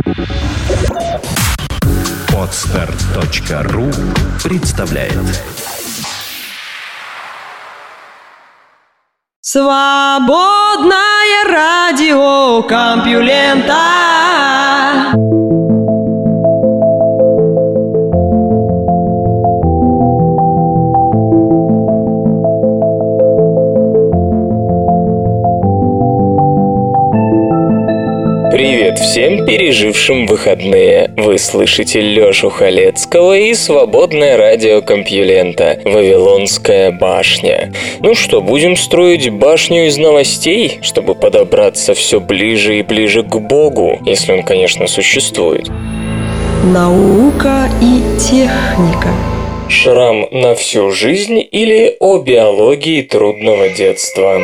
Podstart.ru представляет. Свободное радио Компьюлента. Привет всем, пережившим выходные. Вы слышите Лёшу Халецкого и свободное радио Компьюлента «Вавилонская башня». Ну что, будем строить башню из новостей, чтобы подобраться все ближе и ближе к Богу, если он, конечно, существует. Наука и техника. Шрам на всю жизнь или о биологии трудного детства?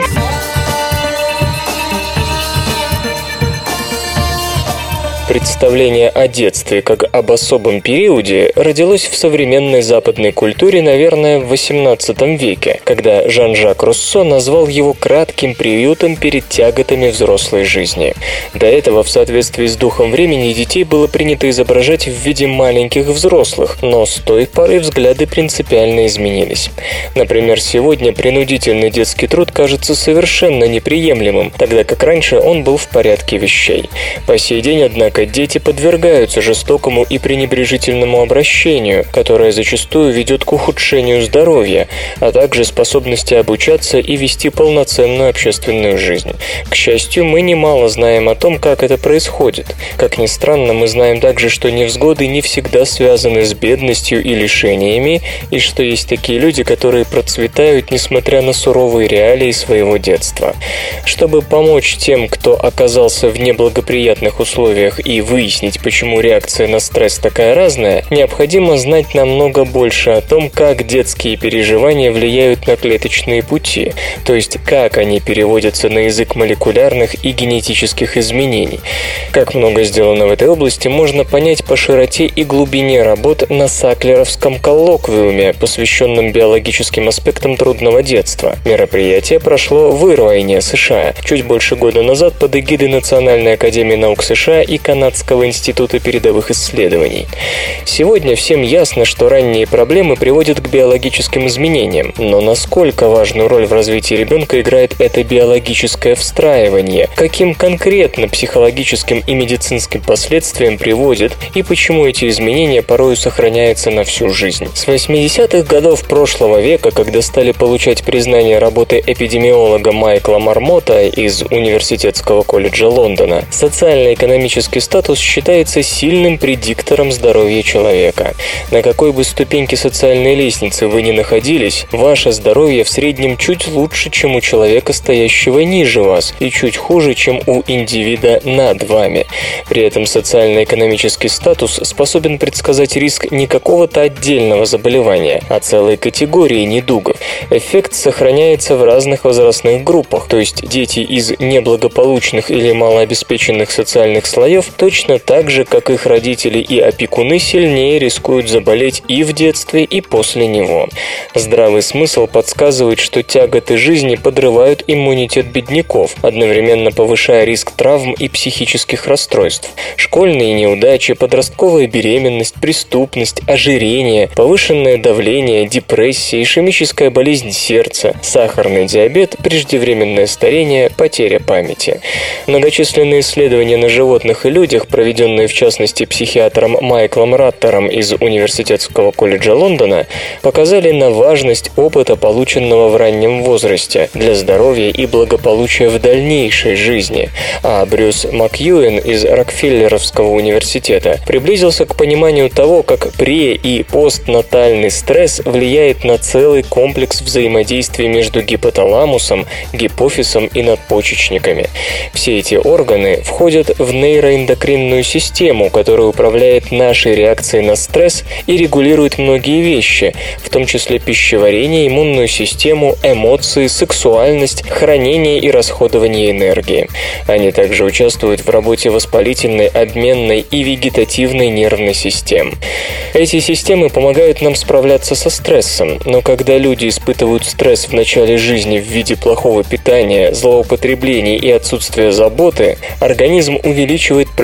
Представление о детстве как об особом периоде родилось в современной западной культуре, наверное, в XVIII веке, когда Жан-Жак Руссо назвал его кратким приютом перед тяготами взрослой жизни. До этого, в соответствии с духом времени, детей было принято изображать в виде маленьких взрослых, но с той поры взгляды принципиально изменились. Например, сегодня принудительный детский труд кажется совершенно неприемлемым, тогда как раньше он был в порядке вещей. По сей день, однако, дети подвергаются жестокому и пренебрежительному обращению, которое зачастую ведет к ухудшению здоровья, а также способности обучаться и вести полноценную общественную жизнь. К счастью, мы немало знаем о том, как это происходит. Как ни странно, мы знаем также, что невзгоды не всегда связаны с бедностью и лишениями, и что есть такие люди, которые процветают, несмотря на суровые реалии своего детства. Чтобы помочь тем, кто оказался в неблагоприятных условиях и выяснить, почему реакция на стресс такая разная, необходимо знать намного больше о том, как детские переживания влияют на клеточные пути, то есть как они переводятся на язык молекулярных и генетических изменений. Как много сделано в этой области, можно понять по широте и глубине работ на Саклеровском коллоквиуме, посвященном биологическим аспектам трудного детства. Мероприятие прошло в Ирвайне, США, чуть больше года назад под эгидой Национальной академии наук США и Канадского института передовых исследований. Сегодня всем ясно, что ранние проблемы приводят к биологическим изменениям, но насколько важную роль в развитии ребенка играет это биологическое встраивание, каким конкретно психологическим и медицинским последствиям приводит и почему эти изменения порою сохраняются на всю жизнь. С 80-х годов прошлого века, когда стали получать признание работы эпидемиолога Майкла Мармота из Университетского колледжа Лондона, социально-экономический статус считается сильным предиктором здоровья человека. На какой бы ступеньке социальной лестницы вы ни находились, ваше здоровье в среднем чуть лучше, чем у человека, стоящего ниже вас, и чуть хуже, чем у индивида над вами. При этом социально-экономический статус способен предсказать риск не какого-то отдельного заболевания, а целой категории недугов. Эффект сохраняется в разных возрастных группах, то есть дети из неблагополучных или малообеспеченных социальных слоев точно так же, как их родители и опекуны, сильнее рискуют заболеть и в детстве, и после него. Здравый смысл подсказывает, что тяготы жизни подрывают иммунитет бедняков, одновременно повышая риск травм и психических расстройств. Школьные неудачи, подростковая беременность, преступность, ожирение, повышенное давление, депрессия, ишемическая болезнь сердца, сахарный диабет, преждевременное старение, потеря памяти. Многочисленные исследования на животных и людях, проведенные в частности психиатром Майклом Раттером из Университетского колледжа Лондона, показали на важность опыта, полученного в раннем возрасте, для здоровья и благополучия в дальнейшей жизни. А Брюс Макьюэн из Рокфеллеровского университета приблизился к пониманию того, как пре- и постнатальный стресс влияет на целый комплекс взаимодействия между гипоталамусом, гипофизом и надпочечниками. Все эти органы входят в нейроэндокринную систему, которая управляет нашей реакцией на стресс и регулирует многие вещи, в том числе пищеварение, иммунную систему, эмоции, сексуальность, хранение и расходование энергии. Они также участвуют в работе воспалительной, обменной и вегетативной нервной систем. Эти системы помогают нам справляться со стрессом, но когда люди испытывают стресс в начале жизни в виде плохого питания, злоупотреблений и отсутствия заботы, организм увеличивает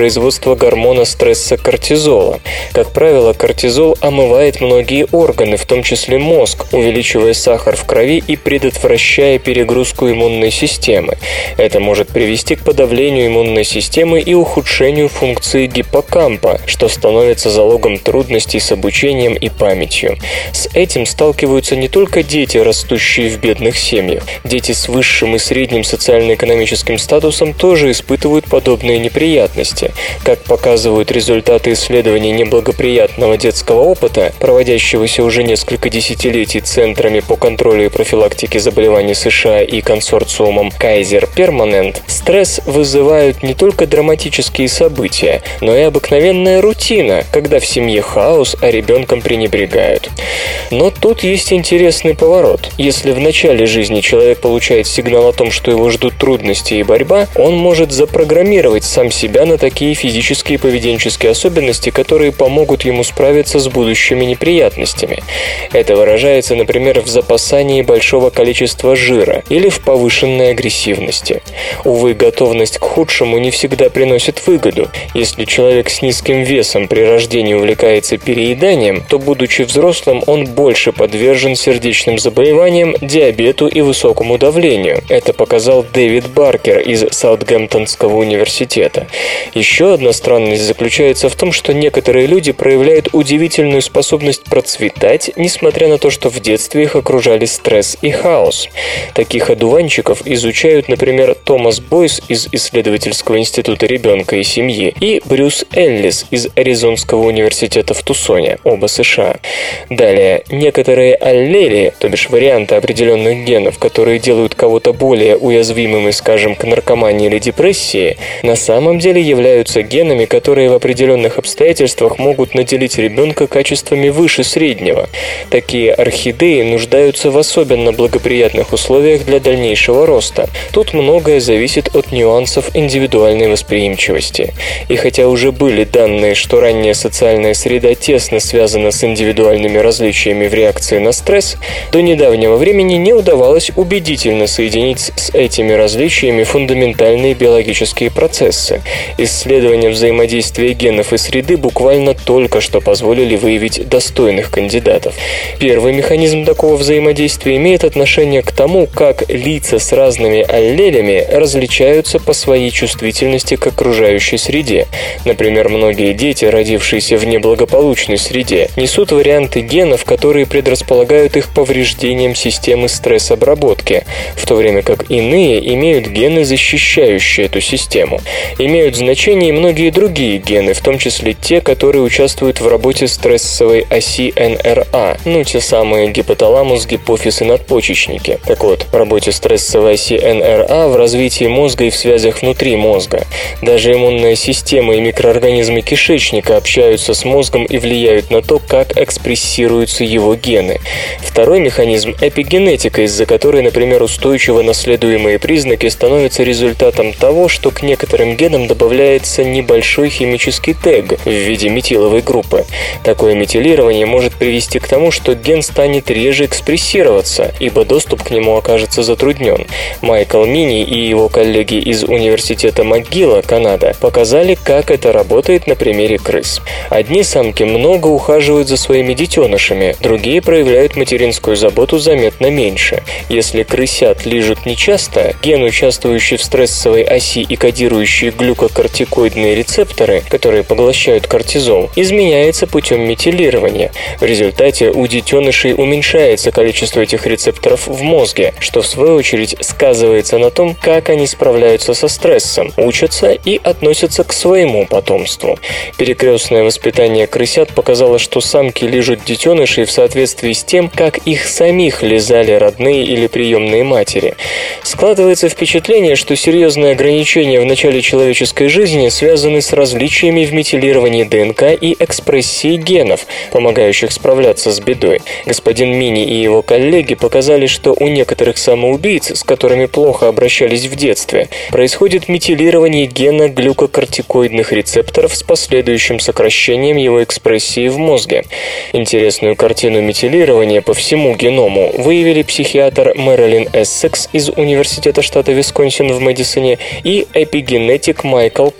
производства гормона стресса кортизола. Как правило, кортизол омывает многие органы, в том числе мозг, увеличивая сахар в крови и предотвращая перегрузку иммунной системы. Это может привести к подавлению иммунной системы и ухудшению функции гиппокампа, что становится залогом трудностей с обучением и памятью. С этим сталкиваются не только дети, растущие в бедных семьях. Дети с высшим и средним социально-экономическим статусом тоже испытывают подобные неприятности. Как показывают результаты исследований неблагоприятного детского опыта, проводящегося уже несколько десятилетий Центрами по контролю и профилактике заболеваний США и консорциумом Kaiser Permanente, стресс вызывают не только драматические события, но и обыкновенная рутина, когда в семье хаос, а ребенком пренебрегают. Но тут есть интересный поворот. Если в начале жизни человек получает сигнал о том, что его ждут трудности и борьба, он может запрограммировать сам себя на такие физические и поведенческие особенности, которые помогут ему справиться с будущими неприятностями. Это выражается, например, в запасании большого количества жира или в повышенной агрессивности. Увы, готовность к худшему не всегда приносит выгоду. Если человек с низким весом при рождении увлекается перееданием, то, будучи взрослым, он больше подвержен сердечным заболеваниям, диабету и высокому давлению. Это показал Дэвид Баркер из Саутгемптонского университета. Еще одна странность заключается в том, что некоторые люди проявляют удивительную способность процветать, несмотря на то, что в детстве их окружали стресс и хаос. Таких одуванчиков изучают, например, Томас Бойс из Исследовательского института ребенка и семьи и Брюс Эллис из Аризонского университета в Тусоне, оба США. Далее, некоторые аллели, то бишь варианты определенных генов, которые делают кого-то более уязвимыми, скажем, к наркомании или депрессии, на самом деле являются генами, которые в определенных обстоятельствах могут наделить ребенка качествами выше среднего. Такие орхидеи нуждаются в особенно благоприятных условиях для дальнейшего роста. Тут многое зависит от нюансов индивидуальной восприимчивости. И хотя уже были данные, что ранняя социальная среда тесно связана с индивидуальными различиями в реакции на стресс, до недавнего времени не удавалось убедительно соединить с этими различиями фундаментальные биологические процессы. Исследования взаимодействия генов и среды буквально только что позволили выявить достойных кандидатов. Первый механизм такого взаимодействия имеет отношение к тому, как лица с разными аллелями различаются по своей чувствительности к окружающей среде. Например, многие дети, родившиеся в неблагополучной среде, несут варианты генов, которые предрасполагают их повреждениям системы стресс-обработки, в то время как иные имеют гены, защищающие эту систему. Имеют значение и многие другие гены, в том числе те, которые участвуют в работе стрессовой оси НРА, те самые гипоталамус, гипофиз и надпочечники. Так вот, в работе стрессовой оси НРА в развитии мозга и в связях внутри мозга. Даже иммунная система и микроорганизмы кишечника общаются с мозгом и влияют на то, как экспрессируются его гены. Второй механизм – эпигенетика, из-за которой, например, устойчиво наследуемые признаки становятся результатом того, что к некоторым генам добавляется небольшой химический тег в виде метиловой группы. Такое метилирование может привести к тому, что ген станет реже экспрессироваться, ибо доступ к нему окажется затруднен. Майкл Мини и его коллеги из Университета МcGill, Канада, показали, как это работает на примере крыс. Одни самки много ухаживают за своими детенышами, другие проявляют материнскую заботу заметно меньше. Если крысят лижут нечасто, ген, участвующий в стрессовой оси и кодирующий глюкокортикоидные рецепторы, которые поглощают кортизол, изменяется путем метилирования. В результате у детенышей уменьшается количество этих рецепторов в мозге, что в свою очередь сказывается на том, как они справляются со стрессом, учатся и относятся к своему потомству. Перекрестное воспитание крысят показало, что самки лижут детенышей в соответствии с тем, как их самих лизали родные или приемные матери. Складывается впечатление, что серьезные ограничения в начале человеческой жизни связаны с различиями в метилировании ДНК и экспрессии генов, помогающих справляться с бедой. Господин Мини и его коллеги показали, что у некоторых самоубийц, с которыми плохо обращались в детстве, происходит метилирование гена глюкокортикоидных рецепторов с последующим сокращением его экспрессии в мозге. Интересную картину метилирования по всему геному выявили психиатр Мэрилин Эссекс из Университета штата Висконсин в Мэдисоне и эпигенетик Майкл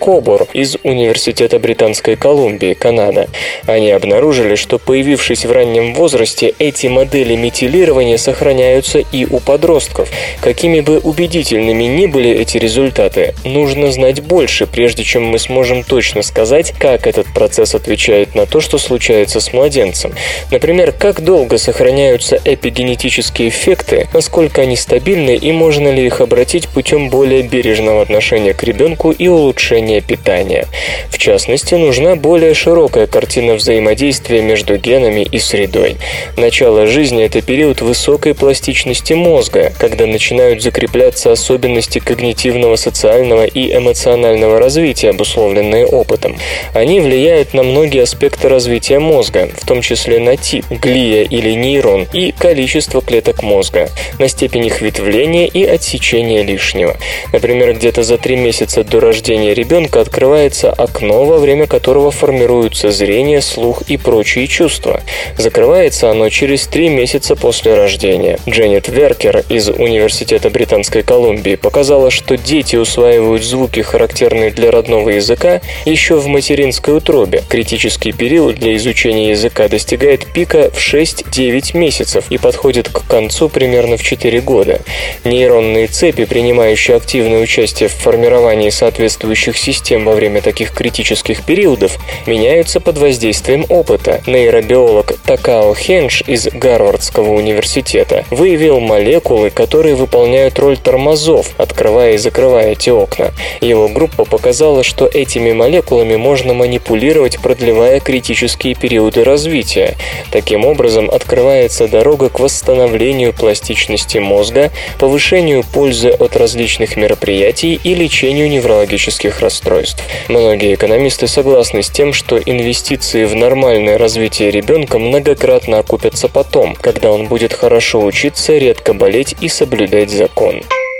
Кобор из Университета Британской Колумбии, Канада. Они обнаружили, что, появившись в раннем возрасте, эти модели метилирования сохраняются и у подростков. Какими бы убедительными ни были эти результаты, нужно знать больше, прежде чем мы сможем точно сказать, как этот процесс отвечает на то, что случается с младенцем. Например, как долго сохраняются эпигенетические эффекты, насколько они стабильны и можно ли их обратить путем более бережного отношения к ребенку и улучшения питания. В частности, нужна более широкая картина взаимодействия между генами и средой. Начало жизни – это период высокой пластичности мозга, когда начинают закрепляться особенности когнитивного, социального и эмоционального развития, обусловленные опытом. Они влияют на многие аспекты развития мозга, в том числе на тип, глия или нейрон, и количество клеток мозга, на степень их ветвления и отсечения лишнего. Например, где-то за 3 месяца до рождения ребенка открывается окно, во время которого формируются зрение, слух и прочие чувства. Закрывается оно через 3 месяца после рождения. Дженнет Веркер из Университета Британской Колумбии показала, что дети усваивают звуки, характерные для родного языка, еще в материнской утробе. Критический период для изучения языка достигает пика в 6-9 месяцев и подходит к концу примерно в 4 года. Нейронные цепи, принимающие активное участие в формировании соответствующих систем во время таких критических периодов, меняются под воздействием опыта. Нейробиолог Такао Хендж из Гарвардского университета выявил молекулы, которые выполняют роль тормозов, открывая и закрывая эти окна. Его группа показала, что этими молекулами можно манипулировать, продлевая критические периоды развития. Таким образом, открывается дорога к восстановлению пластичности мозга, повышению пользы от различных мероприятий и лечению неврологических расстройств. Многие экономисты согласны с тем, что инвестиции в нормальное развитие ребенка многократно окупятся потом, когда он будет хорошо учиться, редко болеть и соблюдать закон.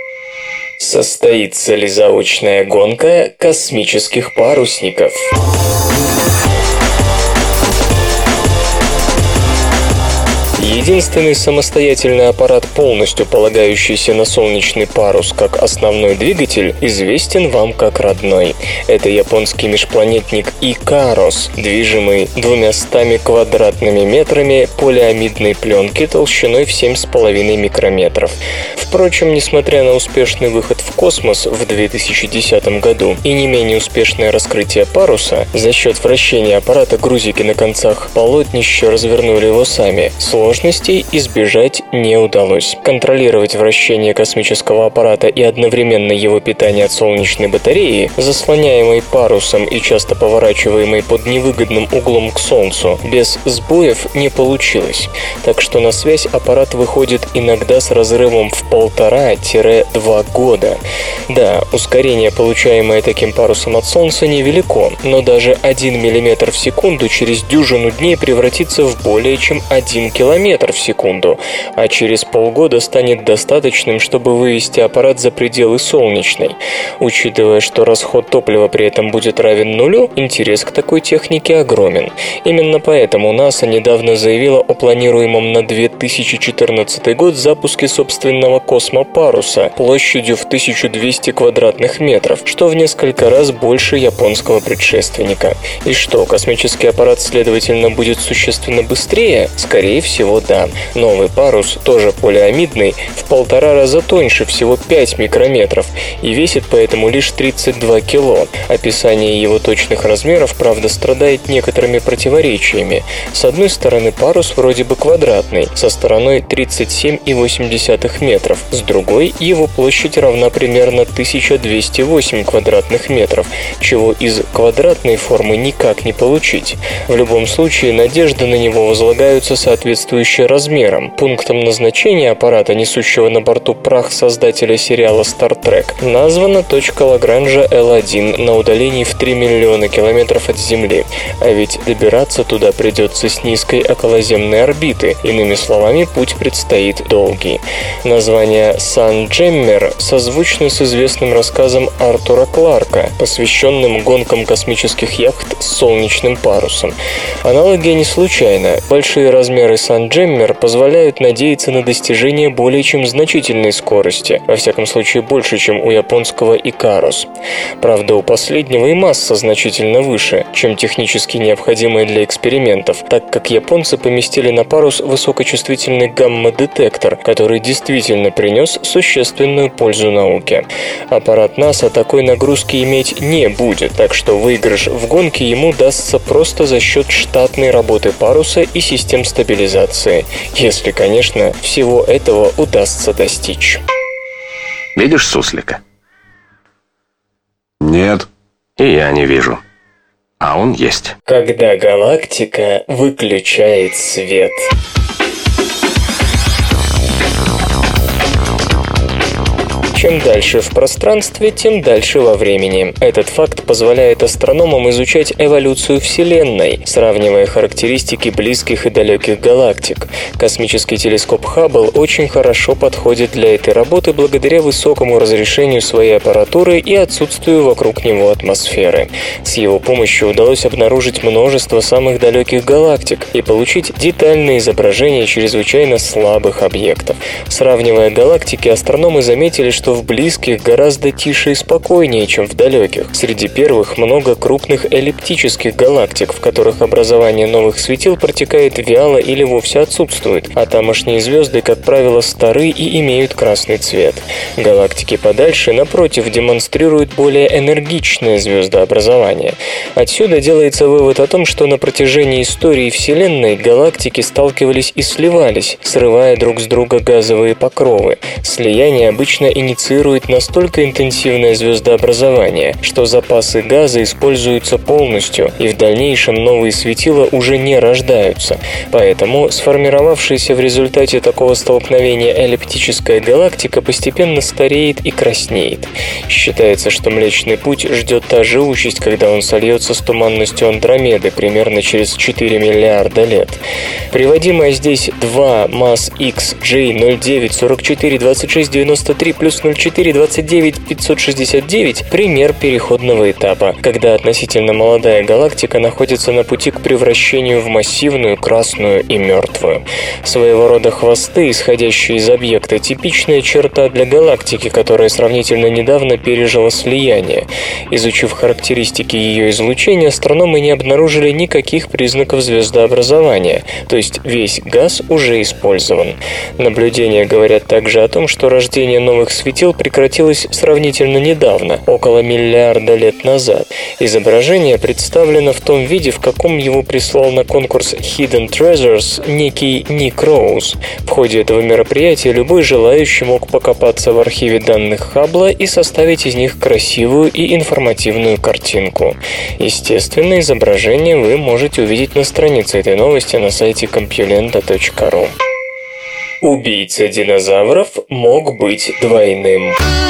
Состоится ли заочная гонка космических парусников? Единственный самостоятельный аппарат, полностью полагающийся на солнечный парус как основной двигатель, известен вам как родной. Это японский межпланетник Икарос, движимый 200 квадратными метрами полиамидной пленки толщиной в 7,5 микрометров. Впрочем, несмотря на успешный выход в космос в 2010 году и не менее успешное раскрытие паруса, за счет вращения аппарата грузики на концах полотнища развернули его сами. Сложностей избежать не удалось. Контролировать вращение космического аппарата и одновременно его питание от солнечной батареи, заслоняемой парусом и часто поворачиваемой под невыгодным углом к Солнцу, без сбоев не получилось. Так что на связь аппарат выходит иногда с разрывом в 1,5-2 года. Да, ускорение, получаемое таким парусом от Солнца, невелико, но даже 1 мм в секунду через дюжину дней превратится в более чем 1 км в секунду, а через полгода станет достаточным, чтобы вывести аппарат за пределы солнечной. Учитывая, что расход топлива при этом будет равен нулю, интерес к такой технике огромен. Именно поэтому НАСА недавно заявила о планируемом на 2014 год запуске собственного космопаруса площадью в 1200 квадратных метров, что в несколько раз больше японского предшественника. И что, космический аппарат, следовательно, будет существенно быстрее? Скорее всего, да. Новый парус, тоже полиамидный, в 1,5 раза тоньше, всего 5 микрометров, и весит поэтому лишь 32 кило. Описание его точных размеров, правда, страдает некоторыми противоречиями. С одной стороны, парус вроде бы квадратный, со стороной 37,8 метров, с другой, его площадь равна примерно 1208 квадратных метров, чего из квадратной формы никак не получить. В любом случае, надежды на него возлагаются соответствующие размерам. Пунктом назначения аппарата, несущего на борту прах создателя сериала Star Trek, названа точка Лагранжа L1 на удалении в 3 миллиона километров от Земли. А ведь добираться туда придется с низкой околоземной орбиты. Иными словами, путь предстоит долгий. Название Сан-Джеммер созвучно с известным рассказом Артура Кларка, посвященным гонкам космических яхт с солнечным парусом. Аналогия не случайна. Большие размеры Сан-Джеммер Джеммер позволяют надеяться на достижение более чем значительной скорости, во всяком случае больше, чем у японского Икарус. Правда, у последнего и масса значительно выше, чем технически необходимая для экспериментов, так как японцы поместили на парус высокочувствительный гамма-детектор, который действительно принес существенную пользу науке. Аппарат НАСА такой нагрузки иметь не будет, так что выигрыш в гонке ему дастся просто за счет штатной работы паруса и систем стабилизации, если, конечно, всего этого удастся достичь. Видишь суслика? Нет. И я не вижу. А он есть. Когда галактика выключает свет. Чем дальше в пространстве, тем дальше во времени. Этот факт позволяет астрономам изучать эволюцию Вселенной, сравнивая характеристики близких и далеких галактик. Космический телескоп Хаббл очень хорошо подходит для этой работы благодаря высокому разрешению своей аппаратуры и отсутствию вокруг него атмосферы. С его помощью удалось обнаружить множество самых далеких галактик и получить детальные изображения чрезвычайно слабых объектов. Сравнивая галактики, астрономы заметили, что в близких гораздо тише и спокойнее, чем в далеких. Среди первых много крупных эллиптических галактик, в которых образование новых светил протекает вяло или вовсе отсутствует, а тамошние звезды, как правило, стары и имеют красный цвет. Галактики подальше, напротив, демонстрируют более энергичное звездообразование. Отсюда делается вывод о том, что на протяжении истории Вселенной галактики сталкивались и сливались, срывая друг с друга газовые покровы. Слияние обычно инициирует настолько интенсивное звездообразование, что запасы газа используются полностью, и в дальнейшем новые светила уже не рождаются. Поэтому сформировавшаяся в результате такого столкновения эллиптическая галактика постепенно стареет и краснеет. Считается, что Млечный Путь ждет та же участь, когда он сольется с туманностью Андромеды примерно через 4 миллиарда лет. Приводимая здесь 2 масс X J09 44 26 93 плюс 04 29 569 – пример переходного этапа, когда относительно молодая галактика находится на пути к превращению в массивную, красную и мертвую. Своего рода хвосты, исходящие из объекта, типичная черта для галактики, которая сравнительно недавно пережила слияние. Изучив характеристики ее излучения, астрономы не обнаружили никаких признаков звездообразования, то есть весь газ уже использован. Наблюдения говорят также о том, что рождение новых светил прекратилось сравнительно недавно, около миллиарда лет назад. Изображение представлено в том виде, в каком его прислал на конкурс Hidden Treasures некий Ник Роуз. В ходе этого мероприятия любой желающий мог покопаться в архиве данных Хаббла и составить из них красивую и информативную картинку. Естественно, изображение вы можете увидеть на странице этой новости на сайте compulenta.ru. Убийца динозавров мог быть двойным.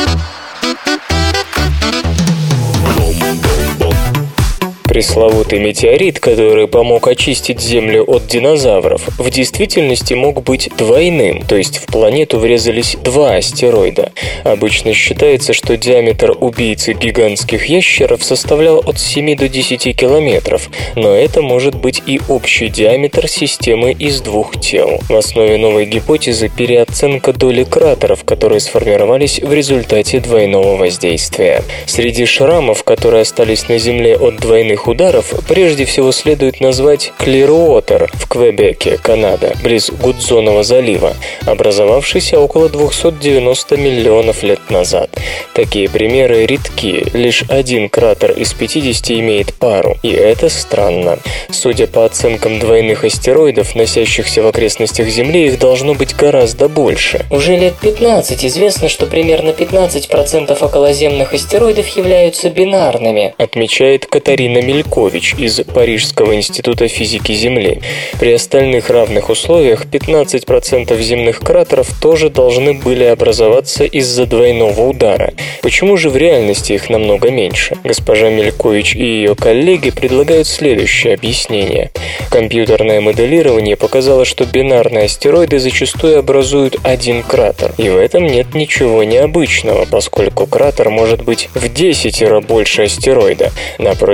Пресловутый метеорит, который помог очистить Землю от динозавров, в действительности мог быть двойным, то есть в планету врезались 2 астероида. Обычно считается, что диаметр убийцы гигантских ящеров составлял от 7 до 10 километров, но это может быть и общий диаметр системы из 2 тел. В основе новой гипотезы переоценка доли кратеров, которые сформировались в результате двойного воздействия. Среди шрамов, которые остались на Земле от двойных ударов, прежде всего следует назвать Клируотер в Квебеке, Канада, близ Гудзонова залива, образовавшийся около 290 миллионов лет назад. Такие примеры редки, лишь один кратер из 50 имеет пару, и это странно. Судя по оценкам двойных астероидов, носящихся в окрестностях Земли, их должно быть гораздо больше. Уже лет 15 известно, что примерно 15% околоземных астероидов являются бинарными, отмечает Катарина Мелькович из Парижского института физики Земли. При остальных равных условиях 15% земных кратеров тоже должны были образоваться из-за двойного удара. Почему же в реальности их намного меньше? Госпожа Мелькович и ее коллеги предлагают следующее объяснение. Компьютерное моделирование показало, что бинарные астероиды зачастую образуют один кратер. И в этом нет ничего необычного, поскольку кратер может быть в 10 раз больше астероида. Напротив, ученые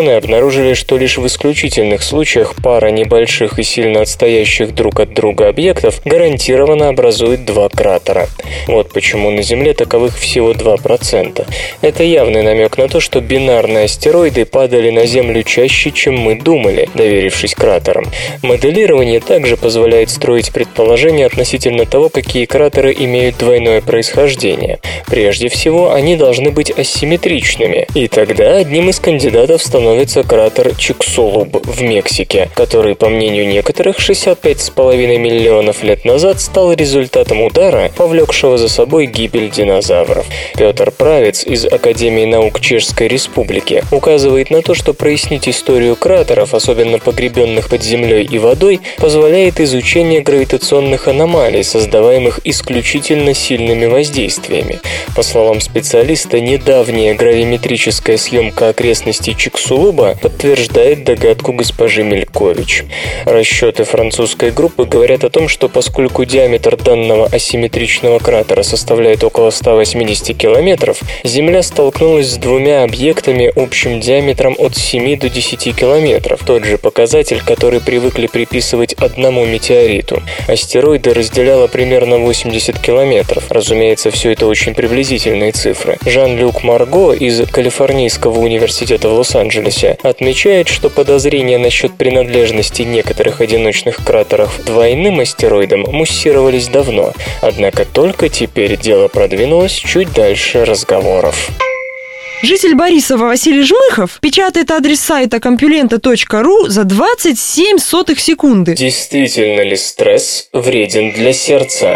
Ученые обнаружили, что лишь в исключительных случаях пара небольших и сильно отстоящих друг от друга объектов гарантированно образует два кратера. Вот почему на Земле таковых всего 2%. Это явный намек на то, что бинарные астероиды падали на Землю чаще, чем мы думали, доверившись кратерам. Моделирование также позволяет строить предположения относительно того, какие кратеры имеют двойное происхождение. Прежде всего, они должны быть асимметричными, и тогда одним из кандидатов становится кратер Чиксулуб в Мексике, который, по мнению некоторых, 65,5 миллионов лет назад стал результатом удара, повлекшего за собой гибель динозавров. Петр Правец из Академии наук Чешской Республики указывает на то, что прояснить историю кратеров, особенно погребенных под землей и водой, позволяет изучение гравитационных аномалий, создаваемых исключительно сильными воздействиями. По словам специалиста, недавняя гравиметрическая съемка окрестностей Чиксулуба подтверждает догадку госпожи Мелькович. Расчеты французской группы говорят о том, что поскольку диаметр данного асимметричного кратера составляет около 180 километров, Земля столкнулась с двумя объектами общим диаметром от 7 до 10 километров, тот же показатель, который привыкли приписывать одному метеориту. Астероиды разделяло примерно 80 километров. Разумеется, все это очень приблизительные цифры. Жан-Люк Марго из Калифорнийского университета в Лос-Анджелесе отмечает, что подозрения насчет принадлежности некоторых одиночных кратеров к двойным астероидам муссировались давно, однако только теперь дело продвинулось чуть дальше разговоров. Житель Борисова Василий Жмыхов печатает адрес сайта compulenta.ru за 27 секунды. Действительно ли стресс вреден для сердца?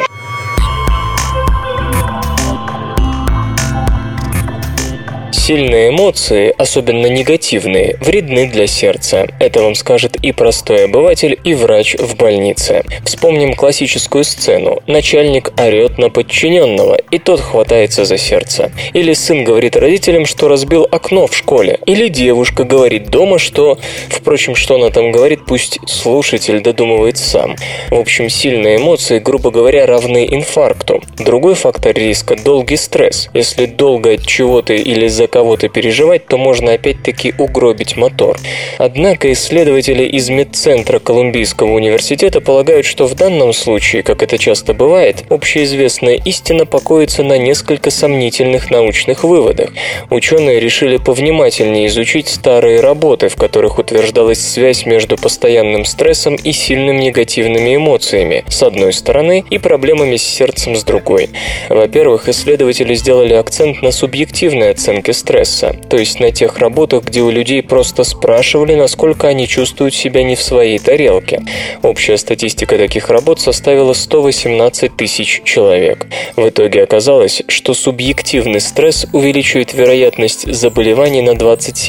Сильные эмоции, особенно негативные, вредны для сердца. Это вам скажет и простой обыватель, и врач в больнице. Вспомним классическую сцену. Начальник орет на подчиненного, и тот хватается за сердце. Или сын говорит родителям, что разбил окно в школе. Или девушка говорит дома, что... Впрочем, что она там говорит, пусть слушатель додумывает сам. В общем, сильные эмоции, грубо говоря, равны инфаркту. Другой фактор риска – долгий стресс. Если долго от чего-то или за кого-то переживать, то можно опять-таки угробить мотор. Однако исследователи из медцентра Колумбийского университета полагают, что в данном случае, как это часто бывает, общеизвестная истина покоится на несколько сомнительных научных выводах. Ученые решили повнимательнее изучить старые работы, в которых утверждалась связь между постоянным стрессом и сильными негативными эмоциями, с одной стороны, и проблемами с сердцем с другой. Во-первых, исследователи сделали акцент на субъективной оценке стресса, то есть на тех работах, где у людей просто спрашивали, насколько они чувствуют себя не в своей тарелке. Общая статистика таких работ составила 118 тысяч человек. В итоге оказалось, что субъективный стресс увеличивает вероятность заболеваний на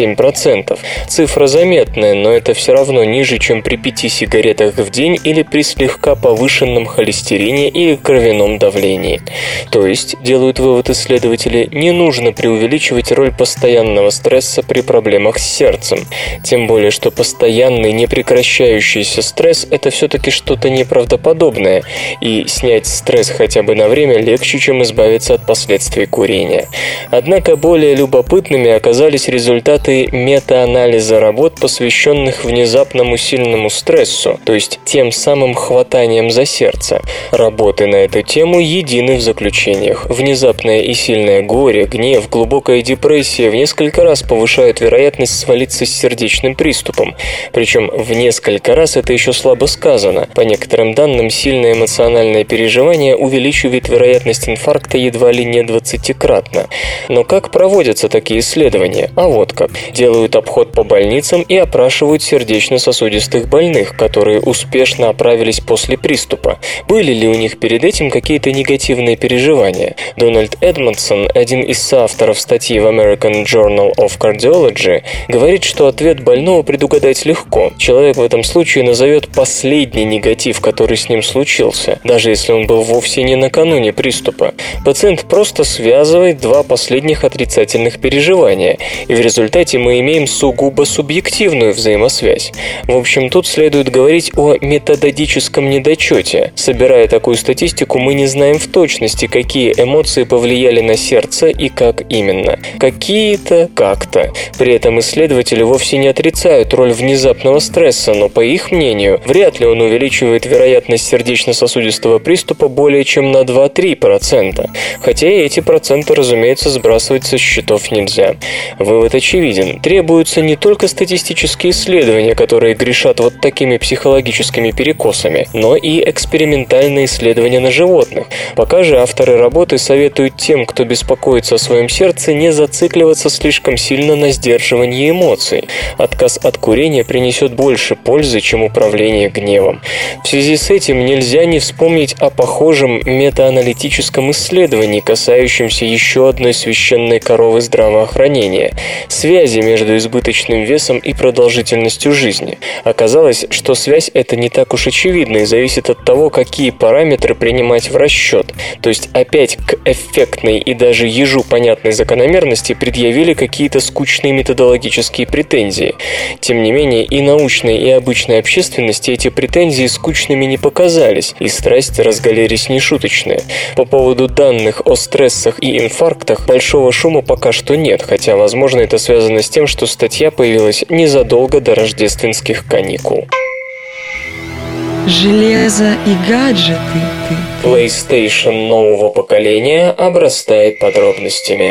27%. Цифра заметная, но это все равно ниже, чем при 5 сигаретах в день или при слегка повышенном холестерине или кровяном давлении. То есть, делают вывод исследователи, не нужно преувеличивать роль постоянного стресса при проблемах с сердцем. Тем более, что постоянный непрекращающийся стресс – это все-таки что-то неправдоподобное, и снять стресс хотя бы на время легче, чем избавиться от последствий курения. Однако более любопытными оказались результаты метаанализа работ, посвященных внезапному сильному стрессу, то есть тем самым хватанием за сердце. Работы на эту тему едины в заключениях. Внезапное и сильное горе, гнев, глубокая депрессия в несколько раз повышают вероятность свалиться с сердечным приступом. Причем в несколько раз это еще слабо сказано. По некоторым данным, сильное эмоциональное переживание увеличивает вероятность инфаркта едва ли не 20-кратно. Но как проводятся такие исследования? А вот как. Делают обход по больницам и опрашивают сердечно-сосудистых больных, которые успешно оправились после приступа. Были ли у них перед этим какие-то негативные переживания? Дональд Эдмондсон, один из соавторов статьи в American Journal of Cardiology, говорит, что ответ больного предугадать легко. Человек в этом случае назовет последний негатив, который с ним случился, даже если он был вовсе не накануне приступа. Пациент просто связывает два последних отрицательных переживания, и в результате мы имеем сугубо субъективную взаимосвязь. В общем, тут следует говорить о методологическом недочете. Собирая такую статистику, мы не знаем в точности, какие эмоции повлияли на сердце и как именно. какие-то как-то. При этом исследователи вовсе не отрицают роль внезапного стресса, но, по их мнению, вряд ли он увеличивает вероятность сердечно-сосудистого приступа более чем на 2-3%. Хотя и эти проценты, разумеется, сбрасывать со счетов нельзя. Вывод очевиден. Требуются не только статистические исследования, которые грешат вот такими психологическими перекосами, но и экспериментальные исследования на животных. Пока же авторы работы советуют тем, кто беспокоится о своем сердце, не зацикливаться слишком сильно на сдерживании эмоций. Отказ от курения принесет больше пользы, чем управление гневом. В связи с этим нельзя не вспомнить о похожем метааналитическом исследовании, касающемся еще одной священной коровы здравоохранения – связи между избыточным весом и продолжительностью жизни. Оказалось, что связь эта не так уж очевидна и зависит от того, какие параметры принимать в расчет. То есть опять к эффектной и даже ежу понятной закономерности предъявили какие-то скучные методологические претензии. Тем не менее, и научной, и обычной общественности эти претензии скучными не показались, и страсти разгорелись нешуточные. По поводу данных о стрессах и инфарктах большого шума пока что нет, хотя, возможно, это связано с тем, что статья появилась незадолго до рождественских каникул. Железо и гаджеты. PlayStation нового поколения обрастает подробностями.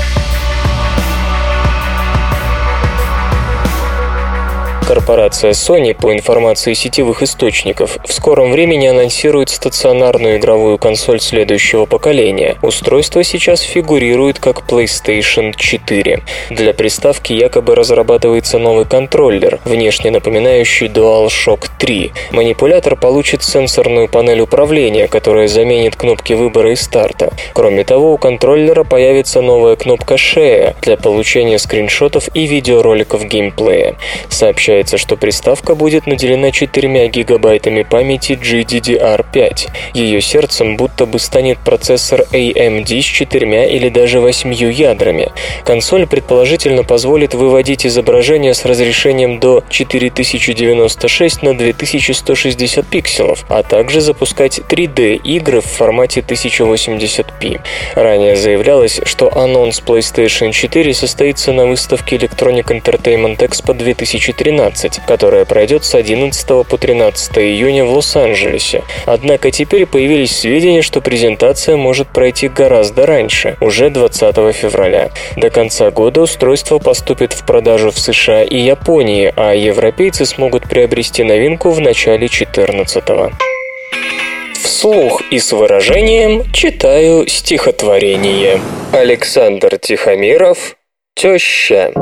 Корпорация Sony, по информации сетевых источников, в скором времени анонсирует стационарную игровую консоль следующего поколения. Устройство сейчас фигурирует как PlayStation 4. Для приставки якобы разрабатывается новый контроллер, внешне напоминающий DualShock 3. Манипулятор получит сенсорную панель управления, которая заменит кнопки выбора и старта. Кроме того, у контроллера появится новая кнопка Share для получения скриншотов и видеороликов геймплея. Сообщается, что приставка будет наделена 4 гигабайтами памяти GDDR5. Ее сердцем будто бы станет процессор AMD с 4 или даже 8 ядрами. Консоль предположительно позволит выводить изображение с разрешением до 4096 на 2160 пикселов, а также запускать 3D-игры в формате 1080p. Ранее заявлялось, что анонс PlayStation 4 состоится на выставке Electronic Entertainment Expo 2013, которая пройдет с 11 по 13 июня в Лос-Анджелесе. Однако теперь появились сведения, что презентация может пройти гораздо раньше, уже 20 февраля. До конца года устройство поступит в продажу в США и Японии, а европейцы смогут приобрести новинку в начале 14-го. Вслух и с выражением читаю стихотворение. Александр Тихомиров «Теща».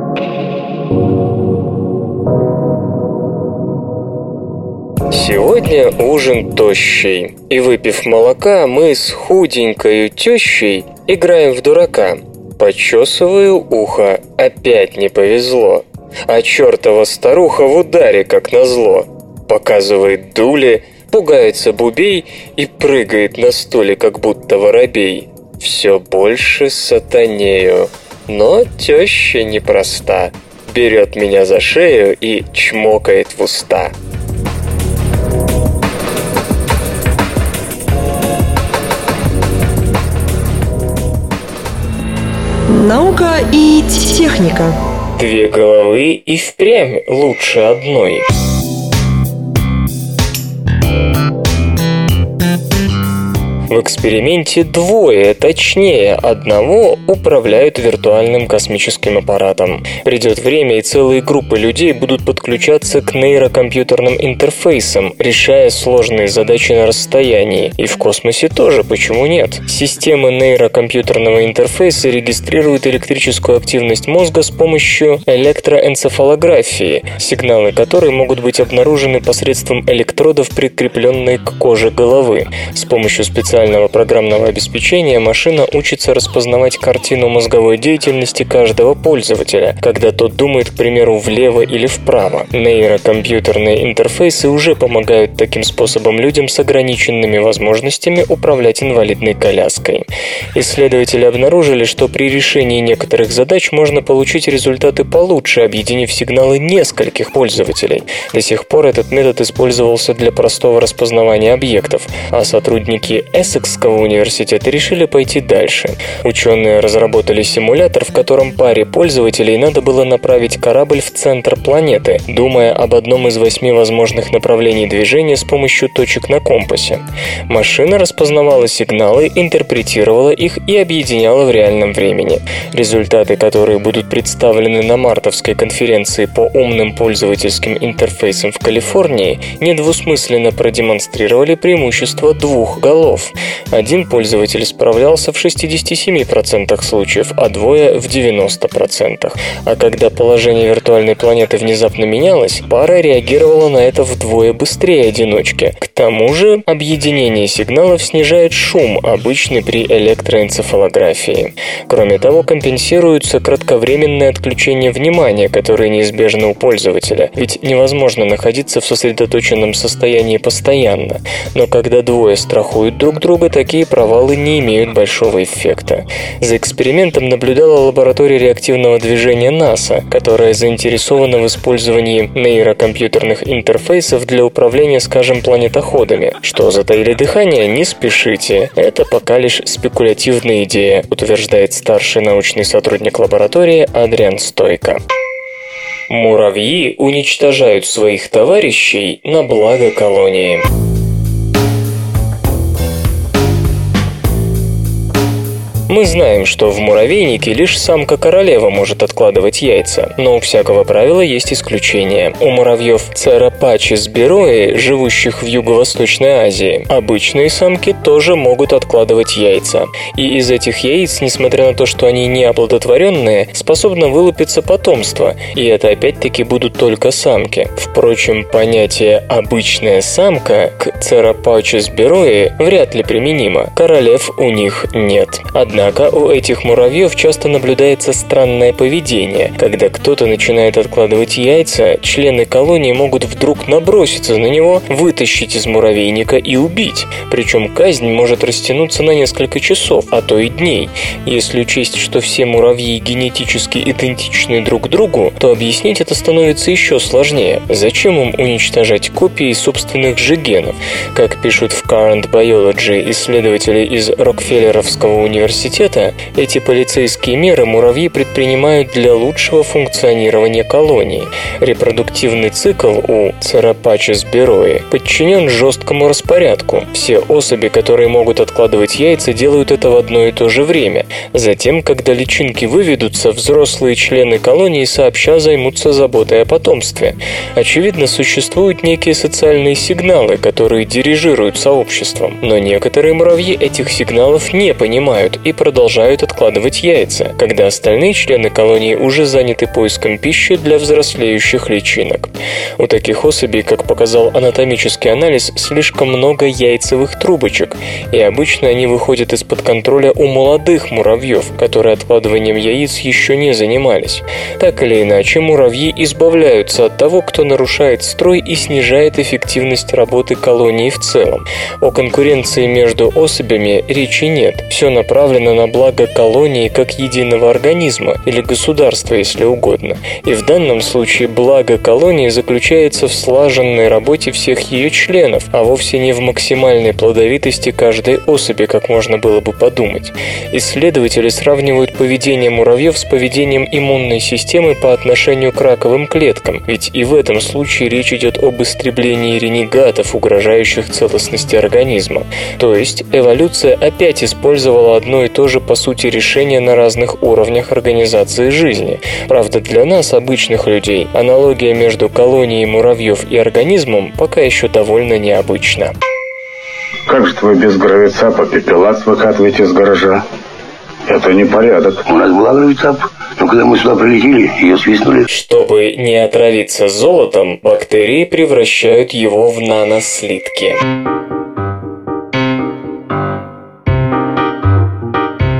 Сегодня ужин тощий, и, выпив молока, мы с худенькою тещей играем в дурака. Почесываю ухо, опять не повезло, а чертова старуха в ударе, как назло. Показывает дули, пугается бубей и прыгает на стуле, как будто воробей. Все больше сатанею, но теща непроста. Берет меня за шею и чмокает в уста. Наука и техника. 2 головы и впрямь лучше одной. В эксперименте 2, точнее, одного управляют виртуальным космическим аппаратом. Придет время, и целые группы людей будут подключаться к нейрокомпьютерным интерфейсам, решая сложные задачи на расстоянии. И в космосе тоже, почему нет? Системы нейрокомпьютерного интерфейса регистрируют электрическую активность мозга с помощью электроэнцефалографии, сигналы которой могут быть обнаружены посредством электродов, прикрепленных к коже головы. С помощью специального программного обеспечения машина учится распознавать картину мозговой деятельности каждого пользователя, когда тот думает, к примеру, влево или вправо. Нейрокомпьютерные интерфейсы уже помогают таким способом людям с ограниченными возможностями управлять инвалидной коляской. Исследователи обнаружили, что при решении некоторых задач можно получить результаты получше, объединив сигналы нескольких пользователей. До сих пор этот метод использовался для простого распознавания объектов, а сотрудники Эссекского университета решили пойти дальше. Ученые разработали симулятор, в котором паре пользователей надо было направить корабль в центр планеты, думая об одном из 8 возможных направлений движения с помощью точек на компасе. Машина распознавала сигналы, интерпретировала их и объединяла в реальном времени. Результаты, которые будут представлены на мартовской конференции по умным пользовательским интерфейсам в Калифорнии, недвусмысленно продемонстрировали преимущество 2 голов. Один пользователь справлялся в 67% случаев, а двое в 90%. А когда положение виртуальной планеты внезапно менялось, пара реагировала на это вдвое быстрее одиночки. К тому же, объединение сигналов снижает шум, обычный при электроэнцефалографии. Кроме того, компенсируется кратковременное отключение внимания, которое неизбежно у пользователя, ведь невозможно находиться в сосредоточенном состоянии постоянно. Но когда двое страхуют друг друга, такие провалы не имеют большого эффекта. За экспериментом наблюдала лаборатория реактивного движения НАСА, которая заинтересована в использовании нейрокомпьютерных интерфейсов для управления, скажем, планетоходами. Что, затаили дыхание? Не спешите. Это пока лишь спекулятивная идея, утверждает старший научный сотрудник лаборатории Адриан Стойко. Муравьи уничтожают своих товарищей на благо колонии. Мы знаем, что в муравейнике лишь самка-королева может откладывать яйца, но у всякого правила есть исключения. У муравьев Церапачис берои, живущих в Юго-Восточной Азии, обычные самки тоже могут откладывать яйца. И из этих яиц, несмотря на то, что они не оплодотворенные, способно вылупиться потомство, и это опять-таки будут только самки. Впрочем, понятие «обычная самка» к Церапачис берои вряд ли применимо, королев у них нет. Однако у этих муравьев часто наблюдается странное поведение. Когда кто-то начинает откладывать яйца, члены колонии могут вдруг наброситься на него, вытащить из муравейника и убить. Причем казнь может растянуться на несколько часов, а то и дней. Если учесть, что все муравьи генетически идентичны друг другу, то объяснить это становится еще сложнее. Зачем им уничтожать копии собственных же генов? Как пишут в Current Biology исследователи из Рокфеллеровского университета, эти полицейские меры муравьи предпринимают для лучшего функционирования колонии. Репродуктивный цикл у Церапачис берои подчинен жесткому распорядку. Все особи, которые могут откладывать яйца, делают это в одно и то же время. Затем, когда личинки выведутся, взрослые члены колонии сообща займутся заботой о потомстве. Очевидно, существуют некие социальные сигналы, которые дирижируют сообществом, но некоторые муравьи этих сигналов не понимают и продолжают откладывать яйца, когда остальные члены колонии уже заняты поиском пищи для взрослеющих личинок. У таких особей, как показал анатомический анализ, слишком много яйцевых трубочек, и обычно они выходят из-под контроля у молодых муравьев, которые откладыванием яиц еще не занимались. Так или иначе, муравьи избавляются от того, кто нарушает строй и снижает эффективность работы колонии в целом. О конкуренции между особями речи нет. Все направлено на благо колонии как единого организма или государства, если угодно. И в данном случае благо колонии заключается в слаженной работе всех ее членов, а вовсе не в максимальной плодовитости каждой особи, как можно было бы подумать. Исследователи сравнивают поведение муравьев с поведением иммунной системы по отношению к раковым клеткам, ведь и в этом случае речь идет об истреблении ренегатов, угрожающих целостности организма. То есть эволюция опять использовала одно и то же по сути решение на разных уровнях организации жизни. Правда, для нас, обычных людей, аналогия между колонией муравьев и организмом пока еще довольно необычна. Как же вы без гравицапа пепелац выкатываете из гаража? Это не порядок. У нас была гравицап, но когда мы сюда прилетели, ее свистнули. Чтобы не отравиться золотом, бактерии превращают его в нанослитки.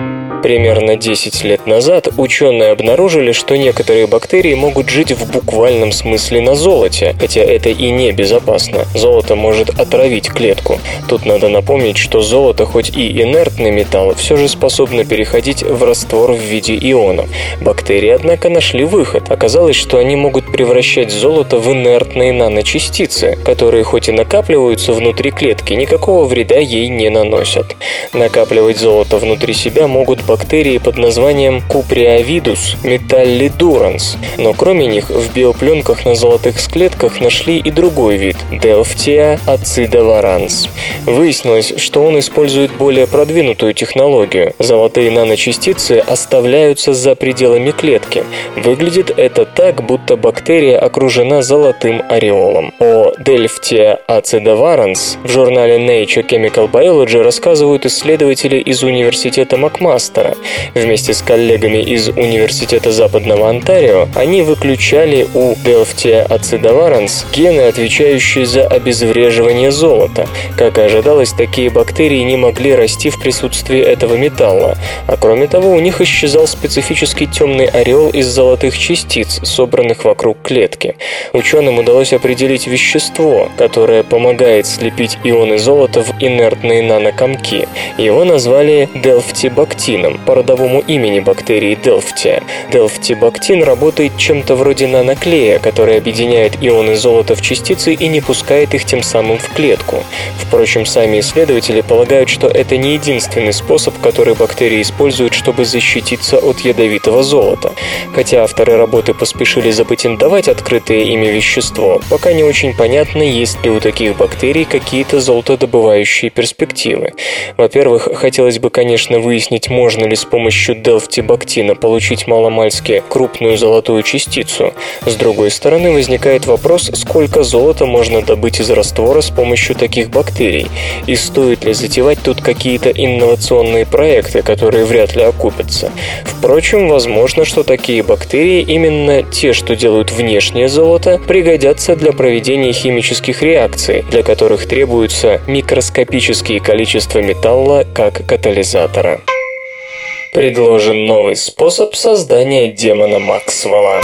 Примерно 10 лет назад ученые обнаружили, что некоторые бактерии могут жить в буквальном смысле на золоте, хотя это и не безопасно. Золото может отравить клетку. Тут надо напомнить, что золото, хоть и инертный металл, все же способно переходить в раствор в виде ионов. Бактерии, однако, нашли выход. Оказалось, что они могут превращать золото в инертные наночастицы, которые хоть и накапливаются внутри клетки, никакого вреда ей не наносят. Накапливать золото внутри себя могут бактерии под названием Cupriavidus metallidurans, но кроме них в биопленках на золотых клетках нашли и другой вид – Delftia acidovarans. Выяснилось, что он использует более продвинутую технологию. Золотые наночастицы оставляются за пределами клетки. Выглядит это так, будто бактерия окружена золотым ореолом. О Delftia acidovarans в журнале Nature Chemical Biology рассказывают исследователи из университета Макмастера. Вместе с коллегами из университета Западного Онтарио они выключали у Delftia acidovarans гены, отвечающие за обезвреживание золота. Как и ожидалось, такие бактерии не могли расти в присутствии этого металла. А кроме того, у них исчезал специфический темный ореол из золотых частиц, собранных вокруг клетки. Ученым удалось определить вещество, которое помогает слепить ионы золота в инертные нанокомки. Его назвали делфтибактином, по родовому имени бактерии Delftia. Делфтибактин работает чем-то вроде наноклея, который объединяет ионы золота в частицы и не пускает их тем самым в клетку. Впрочем, сами исследователи полагают, что это не единственный способ, который бактерии используют, чтобы защититься от ядовитого золота. Хотя авторы работы поспешили запатентовать открытое ими вещество, пока не очень понятно, есть ли у таких бактерий какие-то золотодобывающие перспективы. Во-первых, хотелось бы, конечно, выяснить, можно ли с помощью делфтибактина получить маломальски крупную золотую частицу. С другой стороны, возникает вопрос, сколько золота можно добыть из раствора с помощью таких бактерий, и стоит ли затевать тут какие-то инновационные проекты, которые вряд ли окупятся. Впрочем, возможно, что такие бактерии, именно те, что делают внешнее золото, пригодятся для проведения химических реакций, для которых требуются микроскопические количества металла как катализатора. Предложен новый способ создания демона Максвелла.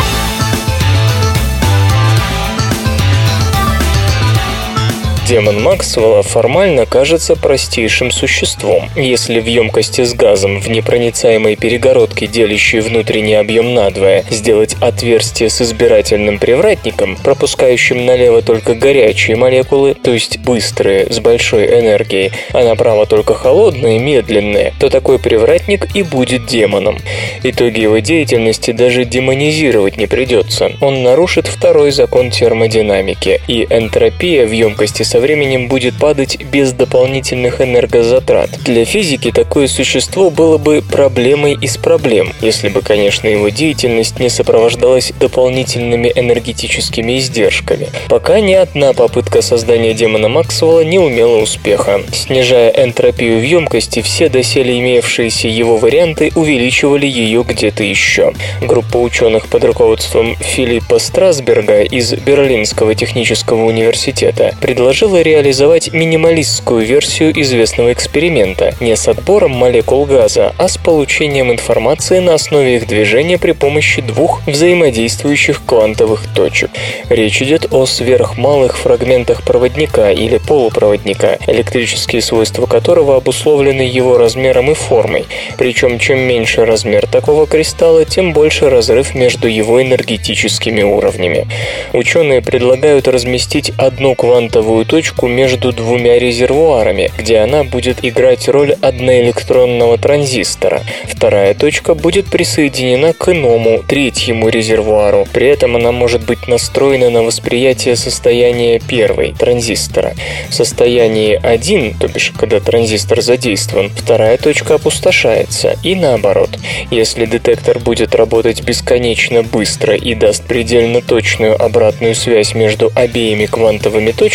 Демон Максвелла формально кажется простейшим существом. Если в емкости с газом в непроницаемой перегородке, делящей внутренний объем надвое, сделать отверстие с избирательным привратником, пропускающим налево только горячие молекулы, то есть быстрые, с большой энергией, а направо только холодные, медленные, то такой привратник и будет демоном. Итоги его деятельности даже демонизировать не придется. Он нарушит второй закон термодинамики, и энтропия в емкости со временем будет падать без дополнительных энергозатрат. Для физики такое существо было бы проблемой из проблем, если бы, конечно, его деятельность не сопровождалась дополнительными энергетическими издержками. Пока ни одна попытка создания демона Максвелла не имела успеха. Снижая энтропию в емкости, все доселе имевшиеся его варианты увеличивали ее где-то еще. Группа ученых под руководством Филиппа Страсберга из Берлинского технического университета предложила реализовать минималистскую версию известного эксперимента не с отбором молекул газа, а с получением информации на основе их движения при помощи двух взаимодействующих квантовых точек. Речь идет о сверхмалых фрагментах проводника или полупроводника, электрические свойства которого обусловлены его размером и формой. Причем, чем меньше размер такого кристалла, тем больше разрыв между его энергетическими уровнями. Ученые предлагают разместить одну квантовую точку между двумя резервуарами, где она будет играть роль одноэлектронного транзистора. Вторая точка будет присоединена к иному, третьему резервуару. При этом она может быть настроена на восприятие состояния первой, транзистора. В состоянии 1, то бишь, когда транзистор задействован, вторая точка опустошается, и наоборот. Если детектор будет работать бесконечно быстро и даст предельно точную обратную связь между обеими квантовыми точками,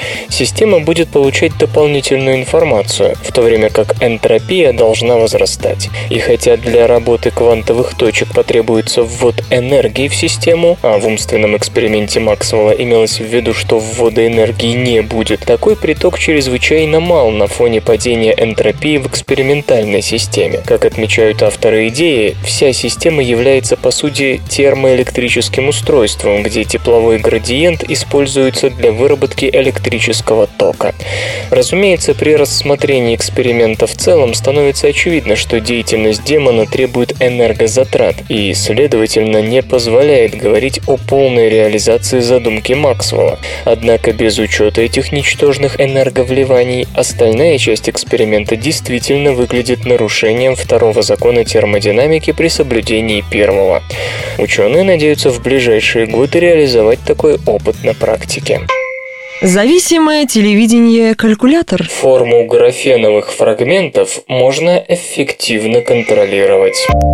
система будет получать дополнительную информацию, в то время как энтропия должна возрастать. И хотя для работы квантовых точек потребуется ввод энергии в систему, а в умственном эксперименте Максвелла имелось в виду, что ввода энергии не будет, такой приток чрезвычайно мал на фоне падения энтропии в экспериментальной системе. Как отмечают авторы идеи, вся система является по сути термоэлектрическим устройством, где тепловой градиент используется для выработки электрического тока. Разумеется, при рассмотрении эксперимента в целом становится очевидно, что деятельность демона требует энергозатрат и, следовательно, не позволяет говорить о полной реализации задумки Максвелла. Однако без учета этих ничтожных энерговливаний остальная часть эксперимента действительно выглядит нарушением второго закона термодинамики при соблюдении первого. Ученые надеются в ближайшие годы реализовать такой опыт на практике. Зависимое телевидение-калькулятор. Форму графеновых фрагментов можно эффективно контролировать.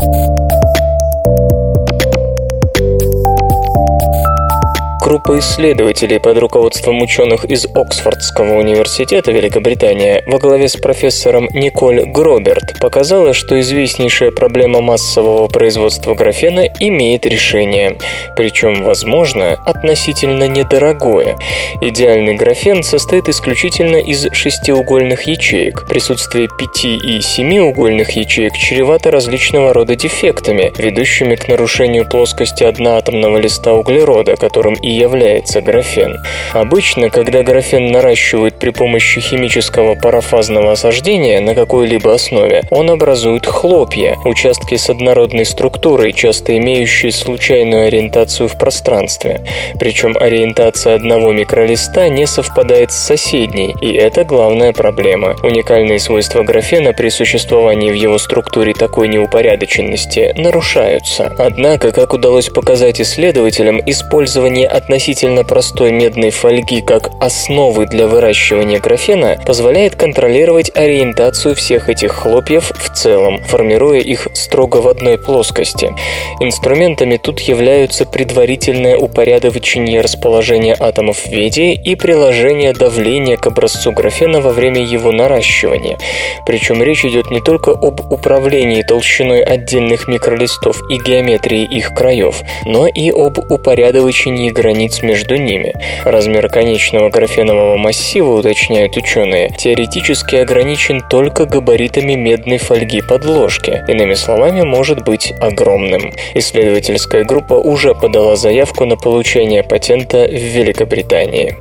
Группа исследователей под руководством ученых из Оксфордского университета Великобритания во главе с профессором Николь Гроберт показала, что известнейшая проблема массового производства графена имеет решение. Причем, возможно, относительно недорогое. Идеальный графен состоит исключительно из шестиугольных ячеек. Присутствие 5 и 7-угольных ячеек чревато различного рода дефектами, ведущими к нарушению плоскости одноатомного листа углерода, которым и является графен. Обычно, когда графен наращивают при помощи химического парафазного осаждения на какой-либо основе, он образует хлопья, участки с однородной структурой, часто имеющие случайную ориентацию в пространстве. Причем ориентация одного микролиста не совпадает с соседней, и это главная проблема. Уникальные свойства графена при существовании в его структуре такой неупорядоченности нарушаются. Однако, как удалось показать исследователям, использование относительно простой медной фольги как основы для выращивания графена позволяет контролировать ориентацию всех этих хлопьев в целом, формируя их строго в одной плоскости. Инструментами тут являются предварительное упорядочение расположения атомов в веде и приложение давления к образцу графена во время его наращивания. Причем речь идет не только об управлении толщиной отдельных микролистов и геометрии их краев, но и об упорядочении границ между ними. Размер конечного графенового массива, уточняют ученые, теоретически ограничен только габаритами медной фольги подложки. Иными словами, может быть огромным. Исследовательская группа уже подала заявку на получение патента в Великобритании.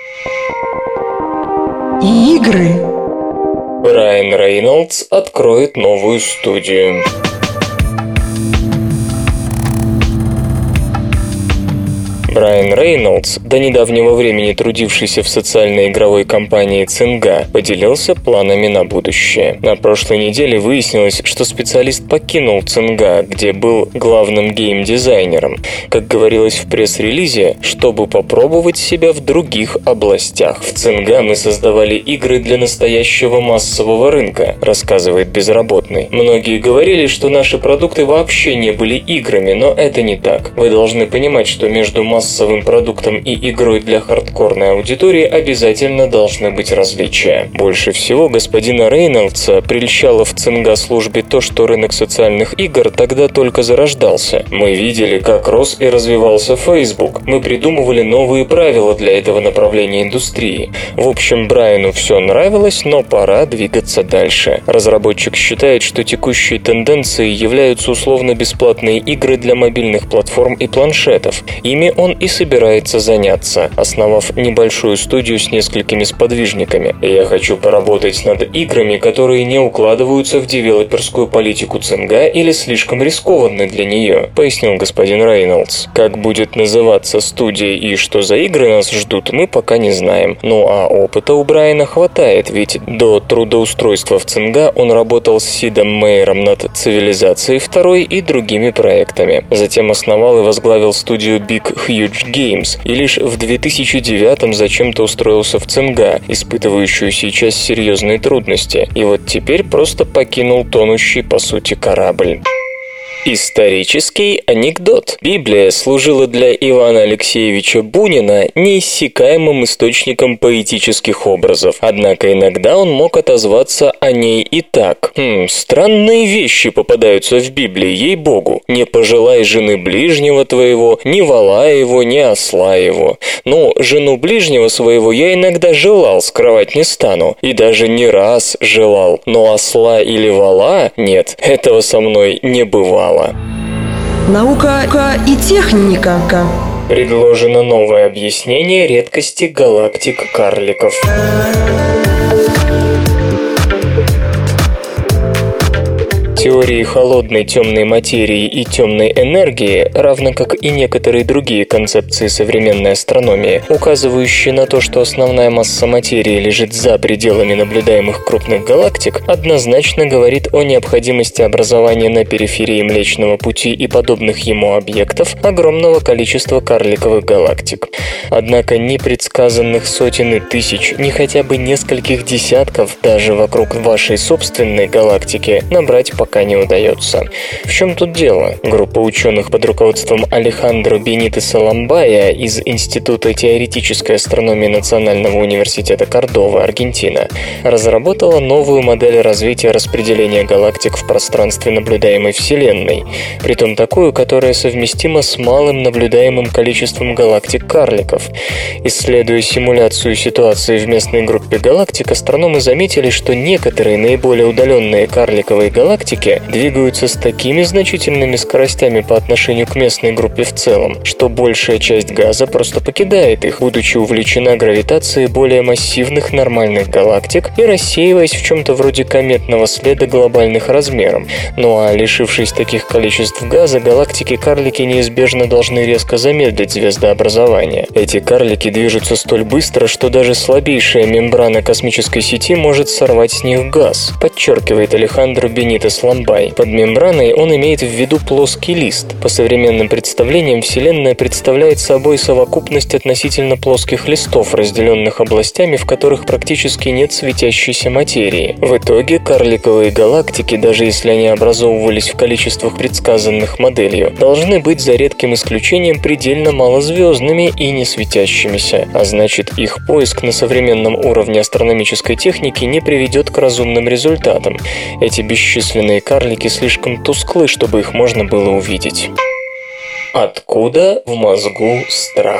Игры. Райан Рейнольдс откроет новую студию. Райан Рейнольдс, до недавнего времени трудившийся в социальной игровой компании Цинга, поделился планами на будущее. На прошлой неделе выяснилось, что специалист покинул Цинга, где был главным геймдизайнером, как говорилось в пресс-релизе, чтобы попробовать себя в других областях. В Цинга мы создавали игры для настоящего массового рынка, рассказывает безработный. Многие говорили, что наши продукты вообще не были играми, но это не так. Вы должны понимать, что между массовым продуктом и игрой для хардкорной аудитории обязательно должны быть различия. Больше всего господина Рейнольдса прельщало в Цинга-службе то, что рынок социальных игр тогда только зарождался. Мы видели, как рос и развивался Facebook. Мы придумывали новые правила для этого направления индустрии. В общем, Брайану все нравилось, но пора двигаться дальше. Разработчик считает, что текущей тенденцией являются условно-бесплатные игры для мобильных платформ и планшетов. Ими он и собирается заняться, основав небольшую студию с несколькими сподвижниками. Я хочу поработать над играми, которые не укладываются в девелоперскую политику Цинга или слишком рискованны для нее, пояснил господин Рейнольдс. Как будет называться студия и что за игры нас ждут, мы пока не знаем. Ну а опыта у Брайана хватает, ведь до трудоустройства в Цинга он работал с Сидом Мейером над «Цивилизацией 2» и другими проектами. Затем основал и возглавил студию Big Huge Games и лишь в 2009-м зачем-то устроился в Цинга, испытывающую сейчас серьезные трудности, и вот теперь просто покинул тонущий по сути корабль. Исторический анекдот. Библия служила для Ивана Алексеевича Бунина неиссякаемым источником поэтических образов. Однако иногда он мог отозваться о ней и так. Странные вещи попадаются в Библии, ей-богу. Не пожелай жены ближнего твоего, ни вола его, ни осла его. Ну, жену ближнего своего я иногда желал, скрывать не стану. И даже не раз желал. Но осла или вола нет, этого со мной не бывало. Наука и техника. Предложено новое объяснение редкости галактик-карликов. Теории холодной темной материи и темной энергии, равно как и некоторые другие концепции современной астрономии, указывающие на то, что основная масса материи лежит за пределами наблюдаемых крупных галактик, однозначно говорит о необходимости образования на периферии Млечного Пути и подобных ему объектов огромного количества карликовых галактик. Однако ни предсказанных сотен и тысяч, ни хотя бы нескольких десятков даже вокруг вашей собственной галактики набрать пока не удается. В чем тут дело? Группа ученых под руководством Алехандро Бенитеса Ламбая из Института теоретической астрономии Национального университета Кордова, Аргентина, разработала новую модель развития распределения галактик в пространстве наблюдаемой Вселенной, притом такую, которая совместима с малым наблюдаемым количеством галактик-карликов. Исследуя симуляцию ситуации в местной группе галактик, астрономы заметили, что некоторые наиболее удаленные карликовые галактики двигаются с такими значительными скоростями по отношению к местной группе в целом, что большая часть газа просто покидает их, будучи увлечена гравитацией более массивных нормальных галактик и рассеиваясь в чем-то вроде кометного следа глобальных размеров. Ну а лишившись таких количеств газа, галактики-карлики неизбежно должны резко замедлить звездообразование. Эти карлики движутся столь быстро, что даже слабейшая мембрана космической сети может сорвать с них газ, подчеркивает Алехандро Бенитес Ламбай. Под мембраной он имеет в виду плоский лист. По современным представлениям, Вселенная представляет собой совокупность относительно плоских листов, разделенных областями, в которых практически нет светящейся материи. В итоге карликовые галактики, даже если они образовывались в количествах, предсказанных моделью, должны быть за редким исключением предельно малозвездными и не светящимися, а значит, их поиск на современном уровне астрономической техники не приведет к разумным результатам. Эти бесчисленные карлики слишком тусклы, чтобы их можно было увидеть. Откуда в мозгу страх?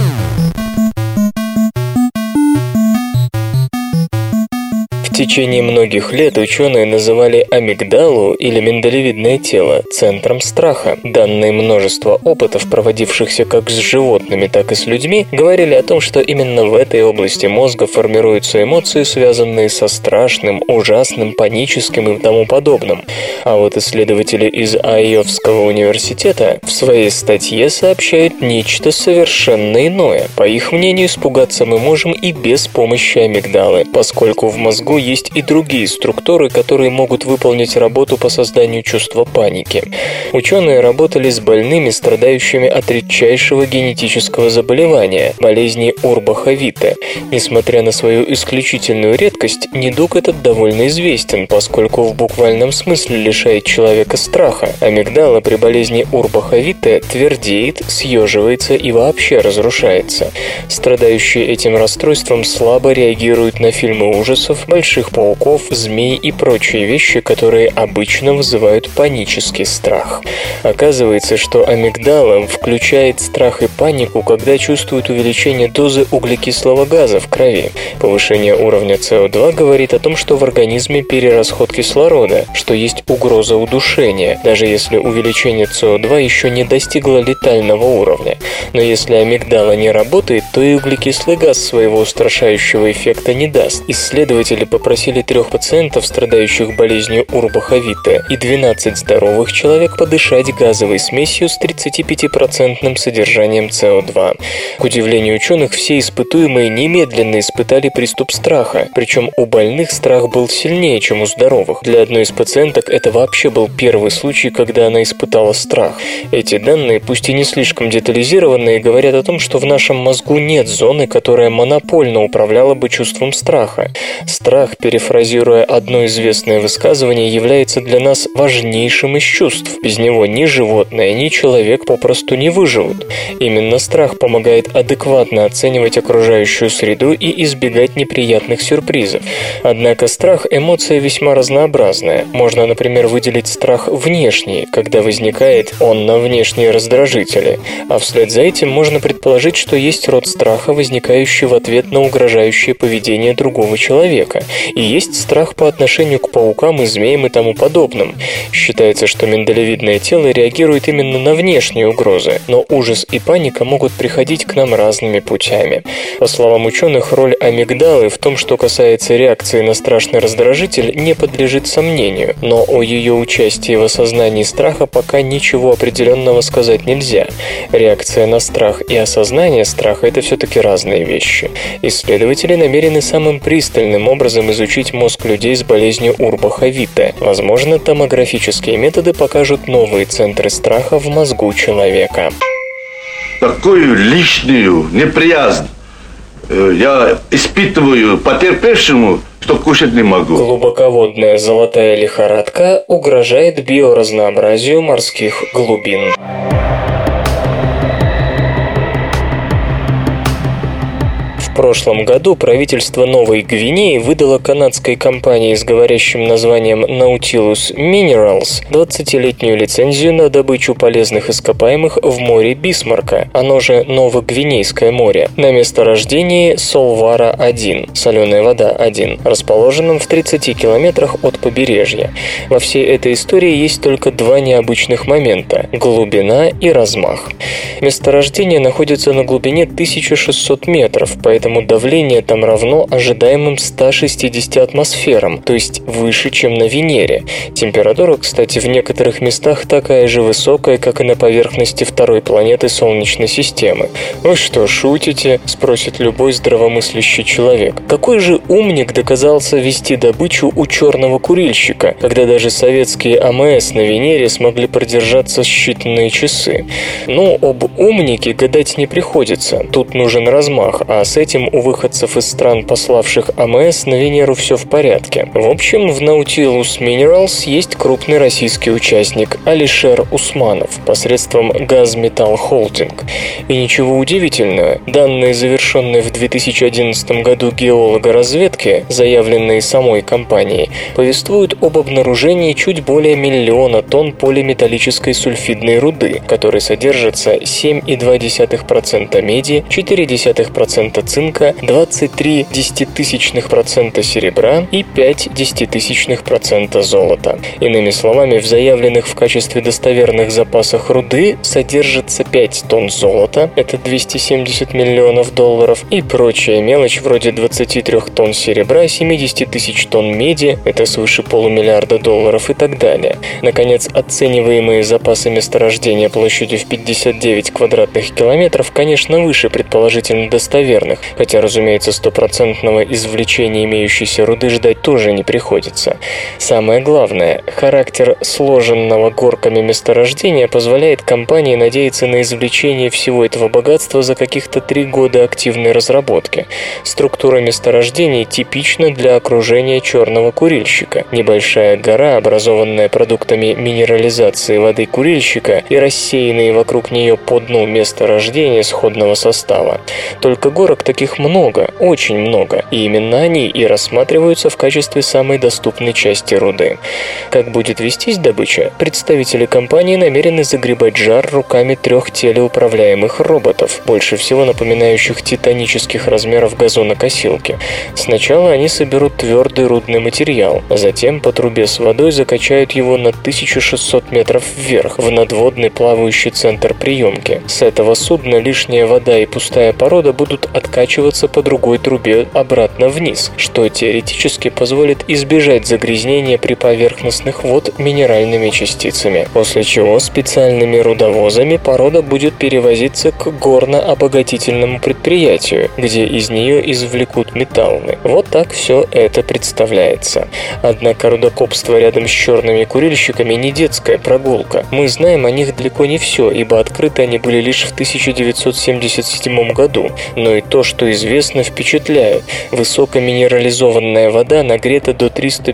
В течение многих лет ученые называли амигдалу или миндалевидное тело центром страха. Данные множество опытов, проводившихся как с животными, так и с людьми, говорили о том, что именно в этой области мозга формируются эмоции, связанные со страшным, ужасным, паническим и тому подобным. А вот исследователи из Айовского университета в своей статье сообщают нечто совершенно иное. По их мнению, испугаться мы можем и без помощи амигдалы, поскольку в мозгу есть и другие структуры, которые могут выполнить работу по созданию чувства паники. Ученые работали с больными, страдающими от редчайшего генетического заболевания – болезни Урбаха-Витте. Несмотря на свою исключительную редкость, недуг этот довольно известен, поскольку в буквальном смысле лишает человека страха. Амигдала при болезни Урбаха-Витте твердеет, съеживается и вообще разрушается. Страдающие этим расстройством слабо реагируют на фильмы ужасов, больших пауков, змей и прочие вещи, которые обычно вызывают панический страх. Оказывается, что амигдала включает страх и панику, когда чувствует увеличение дозы углекислого газа в крови. Повышение уровня СО2 говорит о том, что в организме перерасход кислорода, что есть угроза удушения, даже если увеличение СО2 еще не достигло летального уровня. Но если амигдала не работает, то и углекислый газ своего устрашающего эффекта не даст. Исследователи попросили 3 пациентов, страдающих болезнью Урбаха-Витте, и 12 здоровых человек подышать газовой смесью с 35% содержанием СО2. К удивлению ученых, все испытуемые немедленно испытали приступ страха, причем у больных страх был сильнее, чем у здоровых. Для одной из пациенток это вообще был первый случай, когда она испытала страх. Эти данные, пусть и не слишком детализированные, говорят о том, что в нашем мозгу нет зоны, которая монопольно управляла бы чувством страха. Страх страх, перефразируя одно известное высказывание, является для нас важнейшим из чувств. Без него ни животное, ни человек попросту не выживут. Именно страх помогает адекватно оценивать окружающую среду и избегать неприятных сюрпризов. Однако страх – эмоция весьма разнообразная. Можно, например, выделить страх внешний, когда возникает он на внешние раздражители, а вслед за этим можно предположить, что есть род страха, возникающий в ответ на угрожающее поведение другого человека, и есть страх по отношению к паукам и змеям и тому подобным. Считается, что миндалевидное тело реагирует именно на внешние угрозы, но ужас и паника могут приходить к нам разными путями. По словам ученых, роль амигдалы в том, что касается реакции на страшный раздражитель, не подлежит сомнению, но о ее участии в осознании страха пока ничего определенного сказать нельзя. Реакция на страх и осознание страха – это все-таки разные вещи. Исследователи намерены самым пристальным образом изучить мозг людей с болезнью Урбаха-Витте. Возможно, томографические методы покажут новые центры страха в мозгу человека. Такую лишнюю неприязнь я испытываю потерпевшему, что кушать не могу. Глубоководная золотая лихорадка угрожает биоразнообразию морских глубин. В прошлом году правительство Новой Гвинеи выдало канадской компании с говорящим названием Nautilus Minerals 20-летнюю лицензию на добычу полезных ископаемых в море Бисмарка, оно же Новогвинейское море, на месторождении Солвара-1, соленая вода-1, расположенном в 30 километрах от побережья. Во всей этой истории есть только два необычных момента – глубина и размах. Месторождение находится на глубине 1600 метров, поэтому давление там равно ожидаемым 160 атмосферам, то есть выше, чем на Венере. Температура, кстати, в некоторых местах такая же высокая, как и на поверхности второй планеты Солнечной системы. «Вы что, шутите?» – спросит любой здравомыслящий человек. Какой же умник доказался вести добычу у черного курильщика, когда даже советские АМС на Венере смогли продержаться считанные часы? Ну, об умнике гадать не приходится, тут нужен размах, а с этим у выходцев из стран, пославших АМС, на Венеру все в порядке. В общем, в Nautilus Minerals есть крупный российский участник Алишер Усманов посредством Газметалл Холдинг. И ничего удивительного, данные, завершенные в 2011 году геологоразведки, заявленные самой компанией, повествуют об обнаружении чуть более 1 миллиона тонн полиметаллической сульфидной руды, которой содержится 7,2% меди, 0,4% цинка, 0,23% серебра и 0,05% золота. Иными словами, в заявленных в качестве достоверных запасах руды содержится 5 тонн золота, это $270 миллионов, и прочая мелочь вроде 23 тонн серебра, 70 тысяч тонн меди, это свыше $500 миллиарда и так далее. Наконец, оцениваемые запасы месторождения площадью в 59 квадратных километров, конечно, выше предположительно достоверных, хотя, разумеется, стопроцентного извлечения имеющейся руды ждать тоже не приходится. Самое главное, характер сложенного горками месторождения позволяет компании надеяться на извлечение всего этого богатства за каких-то 3 года активной разработки. Структура месторождений типична для окружения черного курильщика. Небольшая гора, образованная продуктами минерализации воды курильщика и рассеянные вокруг нее по дну месторождения сходного состава. Только горок таких много, очень много, и именно они и рассматриваются в качестве самой доступной части руды. Как будет вестись добыча, представители компании намерены загребать жар руками 3 телеуправляемых роботов, больше всего напоминающих титанических размеров газонокосилки. Сначала они соберут твердый рудный материал, затем по трубе с водой закачают его на 1600 метров вверх, в надводный плавающий центр приемки. С этого судна лишняя вода и пустая порода будут откачиваться по другой трубе обратно вниз, что теоретически позволит избежать загрязнения при поверхностных вод минеральными частицами, после чего специальными рудовозами порода будет перевозиться к горно-обогатительному предприятию, где из нее извлекут металлы. Вот так все это представляется. Однако рудокопство рядом с черными курильщиками не детская прогулка. Мы знаем о них далеко не все, ибо открыты они были лишь в 1977 году, но и то, что что известно, впечатляют. Высокоминерализованная вода нагрета до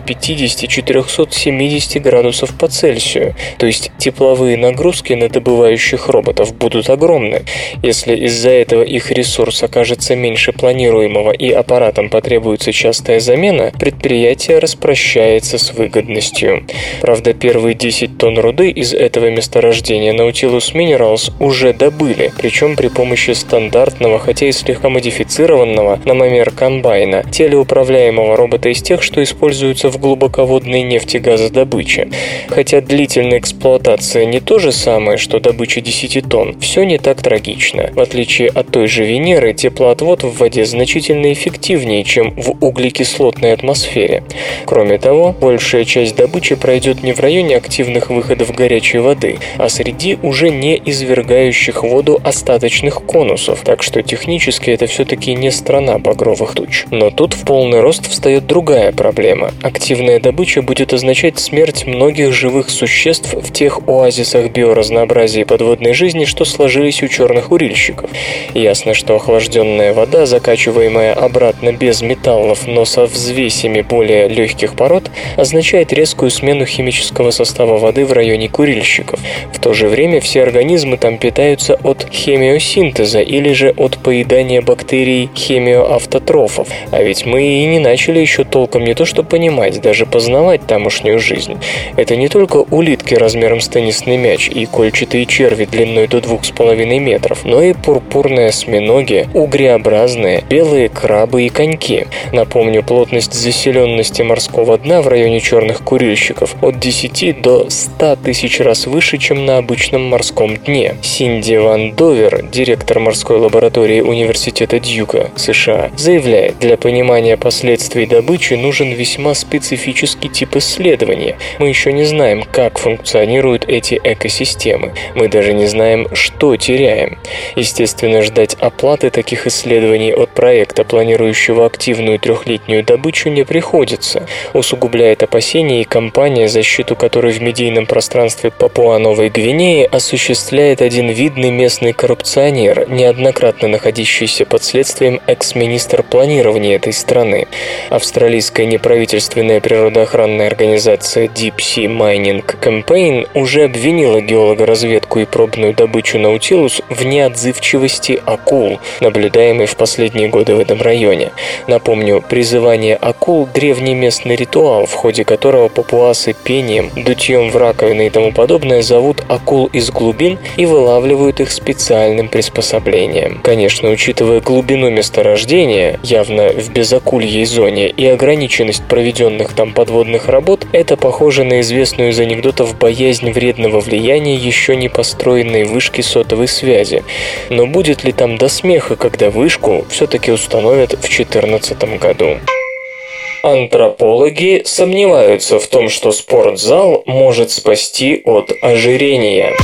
350-470 градусов по Цельсию, то есть тепловые нагрузки на добывающих роботов будут огромны. Если из-за этого их ресурс окажется меньше планируемого и аппаратам потребуется частая замена, предприятие распрощается с выгодностью. Правда, первые 10 тонн руды из этого месторождения Nautilus Minerals уже добыли, причем при помощи стандартного, хотя и слегка модифицированного на манер комбайна, телеуправляемого робота из тех, что используются в глубоководной нефтегазодобыче. Хотя длительная эксплуатация не то же самое, что добыча 10 тонн, все не так трагично. В отличие от той же Венеры, теплоотвод в воде значительно эффективнее, чем в углекислотной атмосфере. Кроме того, большая часть добычи пройдет не в районе активных выходов горячей воды, а среди уже не извергающих воду остаточных конусов, так что технически это все-таки не страна багровых туч. Но тут в полный рост встает другая проблема. Активная добыча будет означать смерть многих живых существ в тех оазисах биоразнообразия и подводной жизни, что сложились у черных курильщиков. Ясно, что охлажденная вода, закачиваемая обратно без металлов, но со взвесями более легких пород, означает резкую смену химического состава воды в районе курильщиков. В то же время все организмы там питаются от хемиосинтеза или же от поедания бактерий хемиоавтотрофов. А ведь мы и не начали еще толком не то что понимать, даже познавать тамошнюю жизнь. Это не только улитки размером с теннисный мяч и кольчатые черви длиной до 2,5 метров, но и пурпурные осьминоги, угреобразные, белые крабы и коньки. Напомню, плотность заселенности морского дна в районе черных курильщиков от 10 до 100 тысяч раз выше, чем на обычном морском дне. Синди Ван Довер, директор морской лаборатории Университета Дьюка, США, заявляет, для понимания последствий добычи нужен весьма специфический тип исследования. Мы еще не знаем, как функционируют эти экосистемы. Мы даже не знаем, что теряем. Естественно, ждать оплаты таких исследований от проекта, планирующего активную трехлетнюю добычу, не приходится. Усугубляет опасения и кампания, защиту которой в медийном пространстве Папуа-Новой Гвинеи осуществляет один видный местный коррупционер, неоднократно находящийся под следствием экс-министр планирования этой страны. Австралийская неправительственная природоохранная организация Deep Sea Mining Campaign уже обвинила геологоразведку и пробную добычу Наутилус в неотзывчивости акул, наблюдаемой в последние годы в этом районе. Напомню, призывание акул – древний местный ритуал, в ходе которого папуасы пением, дутьем в раковины и тому подобное зовут акул из глубин и вылавливают их специальным приспособлением. Конечно, учитывая глубину месторождения, явно в безакульей зоне, и ограниченность проведенных там подводных работ, это похоже на известную из анекдотов боязнь вредного влияния еще не построенной вышки сотовой связи. Но будет ли там до смеха, когда вышку все-таки установят в 2014 году? Антропологи сомневаются в том, что спортзал может спасти от ожирения.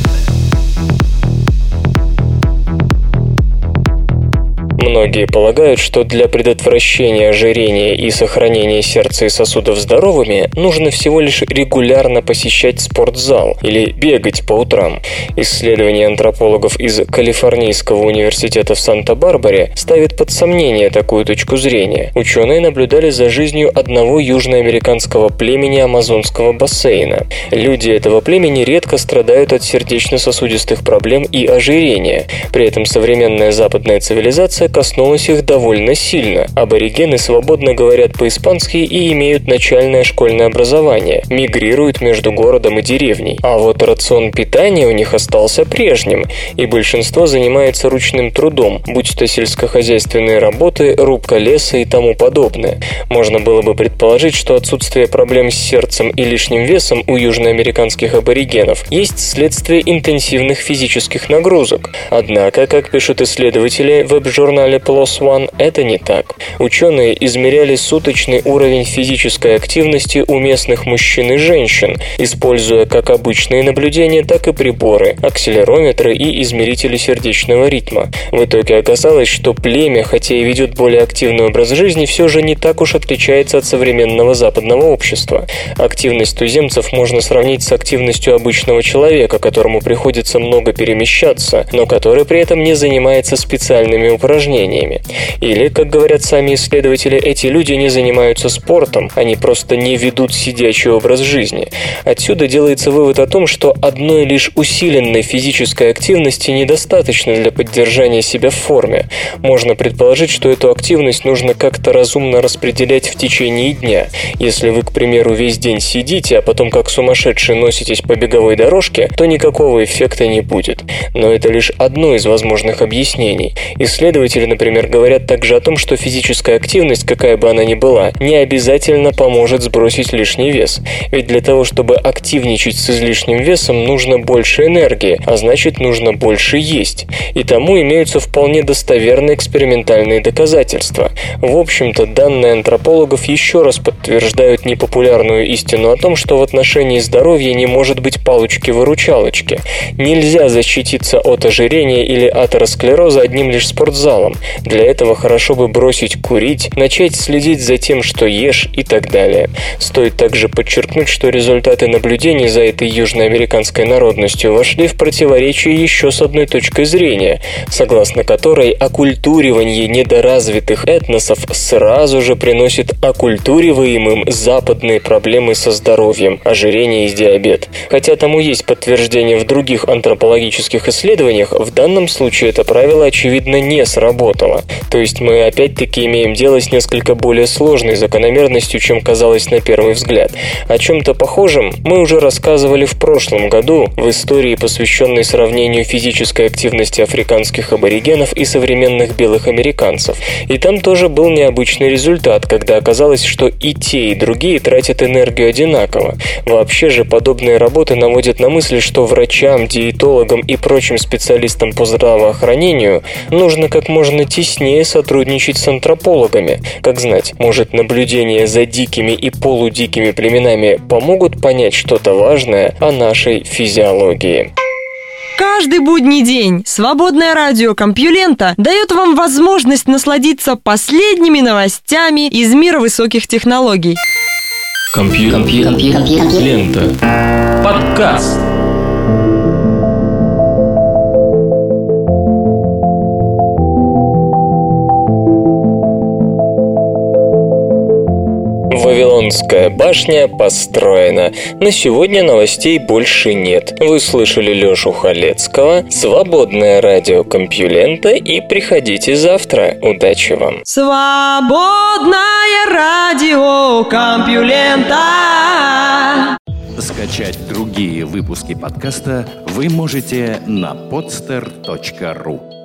Многие полагают, что для предотвращения ожирения и сохранения сердца и сосудов здоровыми нужно всего лишь регулярно посещать спортзал или бегать по утрам. Исследование антропологов из Калифорнийского университета в Санта-Барбаре ставит под сомнение такую точку зрения. Ученые наблюдали за жизнью одного южноамериканского племени Амазонского бассейна. Люди этого племени редко страдают от сердечно-сосудистых проблем и ожирения. При этом современная западная цивилизация коснулась их довольно сильно. Аборигены свободно говорят по-испански и имеют начальное школьное образование, мигрируют между городом и деревней. А вот рацион питания у них остался прежним, и большинство занимается ручным трудом, будь то сельскохозяйственные работы, рубка леса и тому подобное. Можно было бы предположить, что отсутствие проблем с сердцем и лишним весом у южноамериканских аборигенов есть следствие интенсивных физических нагрузок. Однако, как пишут исследователи в веб-журнале PLOS ONE, это не так. Ученые измеряли суточный уровень физической активности у местных мужчин и женщин, используя как обычные наблюдения, так и приборы, акселерометры и измерители сердечного ритма. В итоге оказалось, что племя, хотя и ведет более активный образ жизни, все же не так уж отличается от современного западного общества. Активность туземцев можно сравнить с активностью обычного человека, которому приходится много перемещаться, но который при этом не занимается специальными упражнениями, упражнениями. Или, как говорят сами исследователи, эти люди не занимаются спортом, они просто не ведут сидячий образ жизни. Отсюда делается вывод о том, что одной лишь усиленной физической активности недостаточно для поддержания себя в форме. Можно предположить, что эту активность нужно как-то разумно распределять в течение дня. Если вы, к примеру, весь день сидите, а потом как сумасшедшие носитесь по беговой дорожке, то никакого эффекта не будет. Но это лишь одно из возможных объяснений. Исследователи, например, говорят также о том, что физическая активность, какая бы она ни была, не обязательно поможет сбросить лишний вес. Ведь для того, чтобы активничать с излишним весом, нужно больше энергии, а значит, нужно больше есть. И тому имеются вполне достоверные экспериментальные доказательства. В общем-то, данные антропологов еще раз подтверждают непопулярную истину о том, что в отношении здоровья не может быть палочки-выручалочки. Нельзя защититься от ожирения или атеросклероза одним лишь спортзалом. Для этого хорошо бы бросить курить, начать следить за тем, что ешь и так далее. Стоит также подчеркнуть, что результаты наблюдений за этой южноамериканской народностью вошли в противоречие еще с одной точкой зрения, согласно которой оккультуривание недоразвитых этносов сразу же приносит оккультуриваемым западные проблемы со здоровьем, ожирение и диабет. Хотя тому есть подтверждение в других антропологических исследованиях, в данном случае это правило, очевидно, не сработало. То есть мы опять-таки имеем дело с несколько более сложной закономерностью, чем казалось на первый взгляд. О чем-то похожем мы уже рассказывали в прошлом году в истории, посвященной сравнению физической активности африканских аборигенов и современных белых американцев. И там тоже был необычный результат, когда оказалось, что и те, и другие тратят энергию одинаково. Вообще же подобные работы наводят на мысль, что врачам, диетологам и прочим специалистам по здравоохранению нужно как можно теснее сотрудничать с антропологами. Как знать, может, наблюдения за дикими и полудикими племенами помогут понять что-то важное о нашей физиологии. Каждый будний день свободное радио Компьюлента дает вам возможность насладиться последними новостями из мира высоких технологий. Компьюлента. Подкаст. Вавилонская башня построена. На сегодня новостей больше нет. Вы слышали Лёшу Халецкого, свободное радио Компьюлента, и приходите завтра. Удачи вам. Свободное радио Компьюлента. Скачать другие выпуски подкаста вы можете на podster.ru.